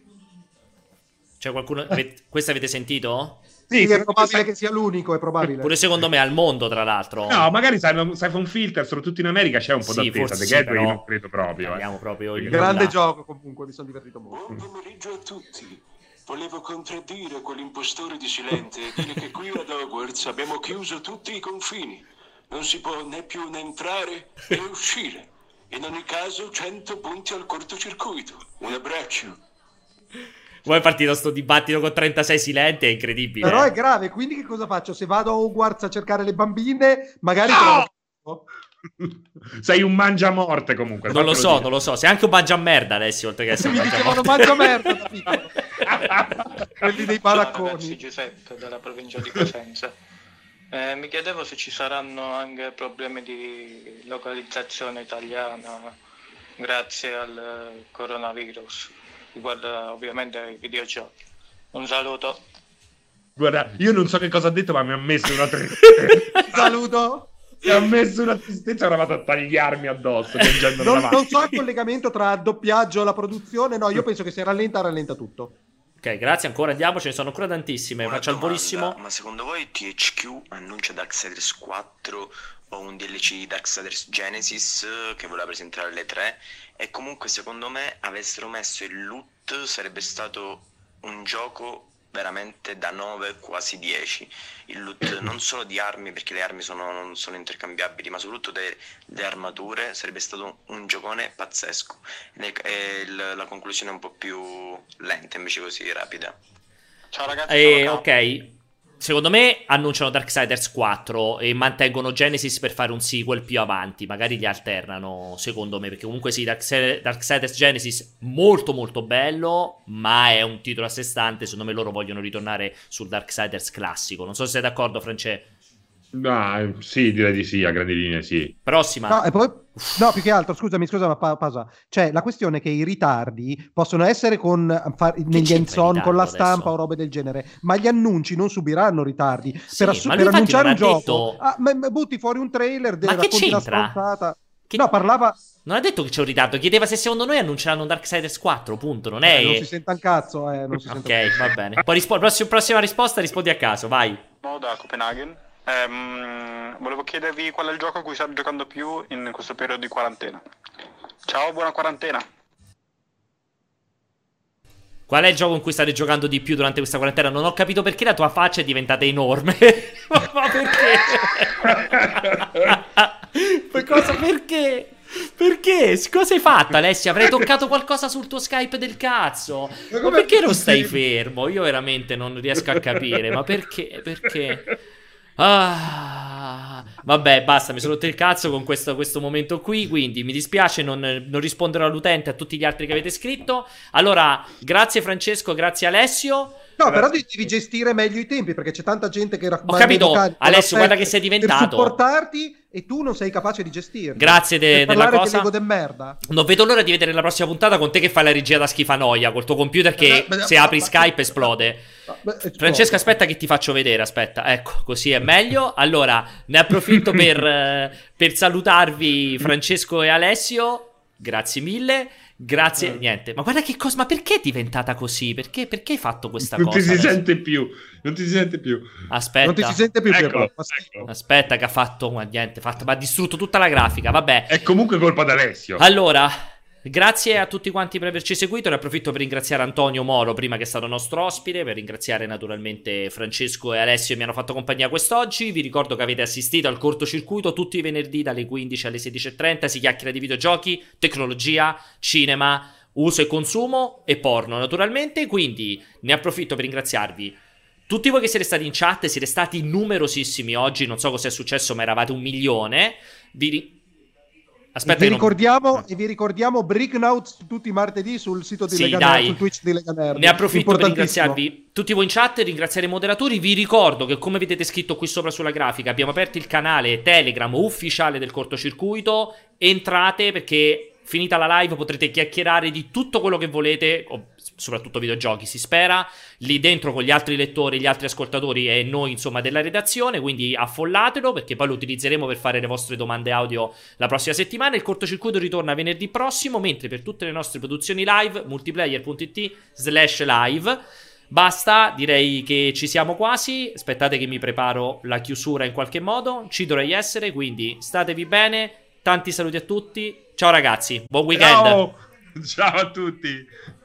C'è qualcuno... ave- Questo avete sentito? Sì, Sì, è sì, probabile sì. che sia l'unico, è probabile. Pure secondo me al mondo, tra l'altro. No, magari Siphon Filter, soprattutto in America, c'è un po' Sì, d'attesa. forse The sì, Gateway però non credo proprio. eh. Abbiamo proprio il Grande nulla. gioco comunque, mi sono divertito molto. Buon pomeriggio a tutti. Volevo contraddire quell'impostore di Silente e dire che qui ad Hogwarts abbiamo chiuso tutti i confini. Non si può né più né entrare né uscire. In ogni caso, cento punti al cortocircuito. Un abbraccio. Poi è partito sto dibattito con trentasei silenti, è incredibile. Però è grave, quindi che cosa faccio? Se vado a Hogwarts a cercare le bambine, magari No! trovo... Sei un mangiamorte comunque. Non lo fatelo so, dire. non lo so. Sei anche un mangiamerda, Alessio, oltre che essere un Mi dicevano mangiamorte. mangia merda, capito? Quelli dei Ciao baracconi. ragazzi, Giuseppe dalla provincia di Cosenza. Eh, mi chiedevo se ci saranno anche problemi di localizzazione italiana grazie al coronavirus, riguarda ovviamente i videogiochi. Un saluto. Guarda, io non so che cosa ha detto, ma mi ha messo una tristezza. Saluto. Mi ha messo una tristezza, ora vado a tagliarmi addosso. piangendo Non, davanti. non so il collegamento tra doppiaggio e la produzione, no, io penso che se rallenta, rallenta tutto. Ok, grazie ancora, andiamo, ce ne sono ancora tantissime. Una Faccio al domanda, volissimo. Ma secondo voi T H Q annuncia Darksiders quattro o un D L C di Darksiders Genesis eh, che voleva presentare alle tre? E comunque secondo me avessero messo il loot sarebbe stato un gioco veramente da nove, quasi dieci. Il loot non solo di armi, perché le armi sono, non sono intercambiabili, ma soprattutto delle, delle armature, sarebbe stato un giocone pazzesco. E, e il- la conclusione è un po' più lenta, invece così rapida. Ciao ragazzi, Eh, sono Capo. ok. Secondo me annunciano Darksiders quattro e mantengono Genesis per fare un sequel più avanti. Magari li alternano, secondo me, perché comunque sì, Darkse- Darksiders Genesis molto molto bello, ma è un titolo a sé stante. Secondo me loro vogliono ritornare sul Darksiders classico. Non so se sei d'accordo, France. Ah, sì, direi di sì, a grandi linee sì. Prossima. No, e poi, no, più che altro, scusami, scusa, ma pa- pausa. Cioè, la questione è che i ritardi possono essere con fa- negli c'entra il hands-on, con la ritardo stampa adesso? o robe del genere, ma gli annunci non subiranno ritardi. Sì, per assu- ma per lui infatti annunciare non un ha gioco, detto- ah, ma- ma butti fuori un trailer, de- Ma che racconti una c'entra? stronzata. Che... No, parlava... Non ha detto che c'è un ritardo, chiedeva se secondo noi annunceranno Darksiders quattro, punto, non è... Eh, non si sente un cazzo, eh, non si Ok, sente va bene. Poi rispo- prossima, prossima risposta, rispondi a caso, vai. Da Copenaghen. Ehm, volevo chiedervi qual è il gioco a cui state giocando più in questo periodo di quarantena. Ciao, buona quarantena. Qual è il gioco in cui state giocando di più durante questa quarantena? Non ho capito perché la tua faccia è diventata enorme. ma, ma perché? Ma cosa, perché? Perché? Cosa hai fatto, Alessia? Avrei toccato qualcosa sul tuo Skype del cazzo? Ma, ma perché non stai fermo? Io veramente non riesco a capire. Ma perché? Perché? Ah, vabbè, basta, mi sono rotto il cazzo con questo, questo momento qui, quindi mi dispiace, non, non risponderò all'utente e a tutti gli altri che avete scritto. Allora, grazie Francesco, grazie Alessio. No, però devi gestire meglio i tempi, perché c'è tanta gente che raccomanda. Ho capito, Alessio, guarda che sei diventato. Per supportarti e tu non sei capace di gestirli. Grazie de- per della cosa. De merda. Non vedo l'ora di vedere la prossima puntata con te che fai la regia da schifanoia col tuo computer che beh, beh, se beh, apri beh, Skype esplode. Beh, Francesca, aspetta che ti faccio vedere, aspetta. Ecco, così è meglio. Allora, ne approfitto per, eh, per salutarvi Francesco e Alessio. Grazie mille. Grazie, eh. niente. Ma guarda che cosa, ma perché è diventata così? Perché, perché hai fatto questa non cosa? Non ti si adesso? sente più, non ti si sente più. Aspetta. Non ti si sente più, ecco, Piero. ecco. Aspetta che ha fatto, ma niente, fatto, ma ha distrutto tutta la grafica, vabbè. È comunque colpa d'Alessio. Allora, grazie a tutti quanti per averci seguito. Ne approfitto per ringraziare Antonio Moro, prima che è stato nostro ospite, per ringraziare naturalmente Francesco e Alessio che mi hanno fatto compagnia quest'oggi. Vi ricordo che avete assistito al cortocircuito tutti i venerdì dalle quindici alle sedici e trenta. Si chiacchiera di videogiochi, tecnologia, cinema, uso e consumo e porno naturalmente. Quindi ne approfitto per ringraziarvi tutti voi che siete stati in chat. Siete stati numerosissimi oggi, non so cosa è successo ma eravate un milione. Vi ri- Aspetta, vi non... ricordiamo, e vi ricordiamo Breaknout tutti i martedì sul sito di sì, Lega Nerd, sul Twitch di Lega Nerd. Ne approfitto per ringraziarvi tutti voi in chat, ringraziare i moderatori. Vi ricordo che, come vedete scritto qui sopra sulla grafica, abbiamo aperto il canale Telegram ufficiale del cortocircuito. Entrate, perché finita la live potrete chiacchierare di tutto quello che volete, soprattutto videogiochi si spera, lì dentro con gli altri lettori, gli altri ascoltatori e noi insomma della redazione, quindi affollatelo perché poi lo utilizzeremo per fare le vostre domande audio la prossima settimana. Il cortocircuito ritorna venerdì prossimo, mentre per tutte le nostre produzioni live multiplayer.it slash live. Basta, direi che ci siamo quasi. Aspettate che mi preparo la chiusura in qualche modo, ci dovrei essere, quindi statevi bene, tanti saluti a tutti. Ciao ragazzi, buon weekend. Ciao, ciao a tutti.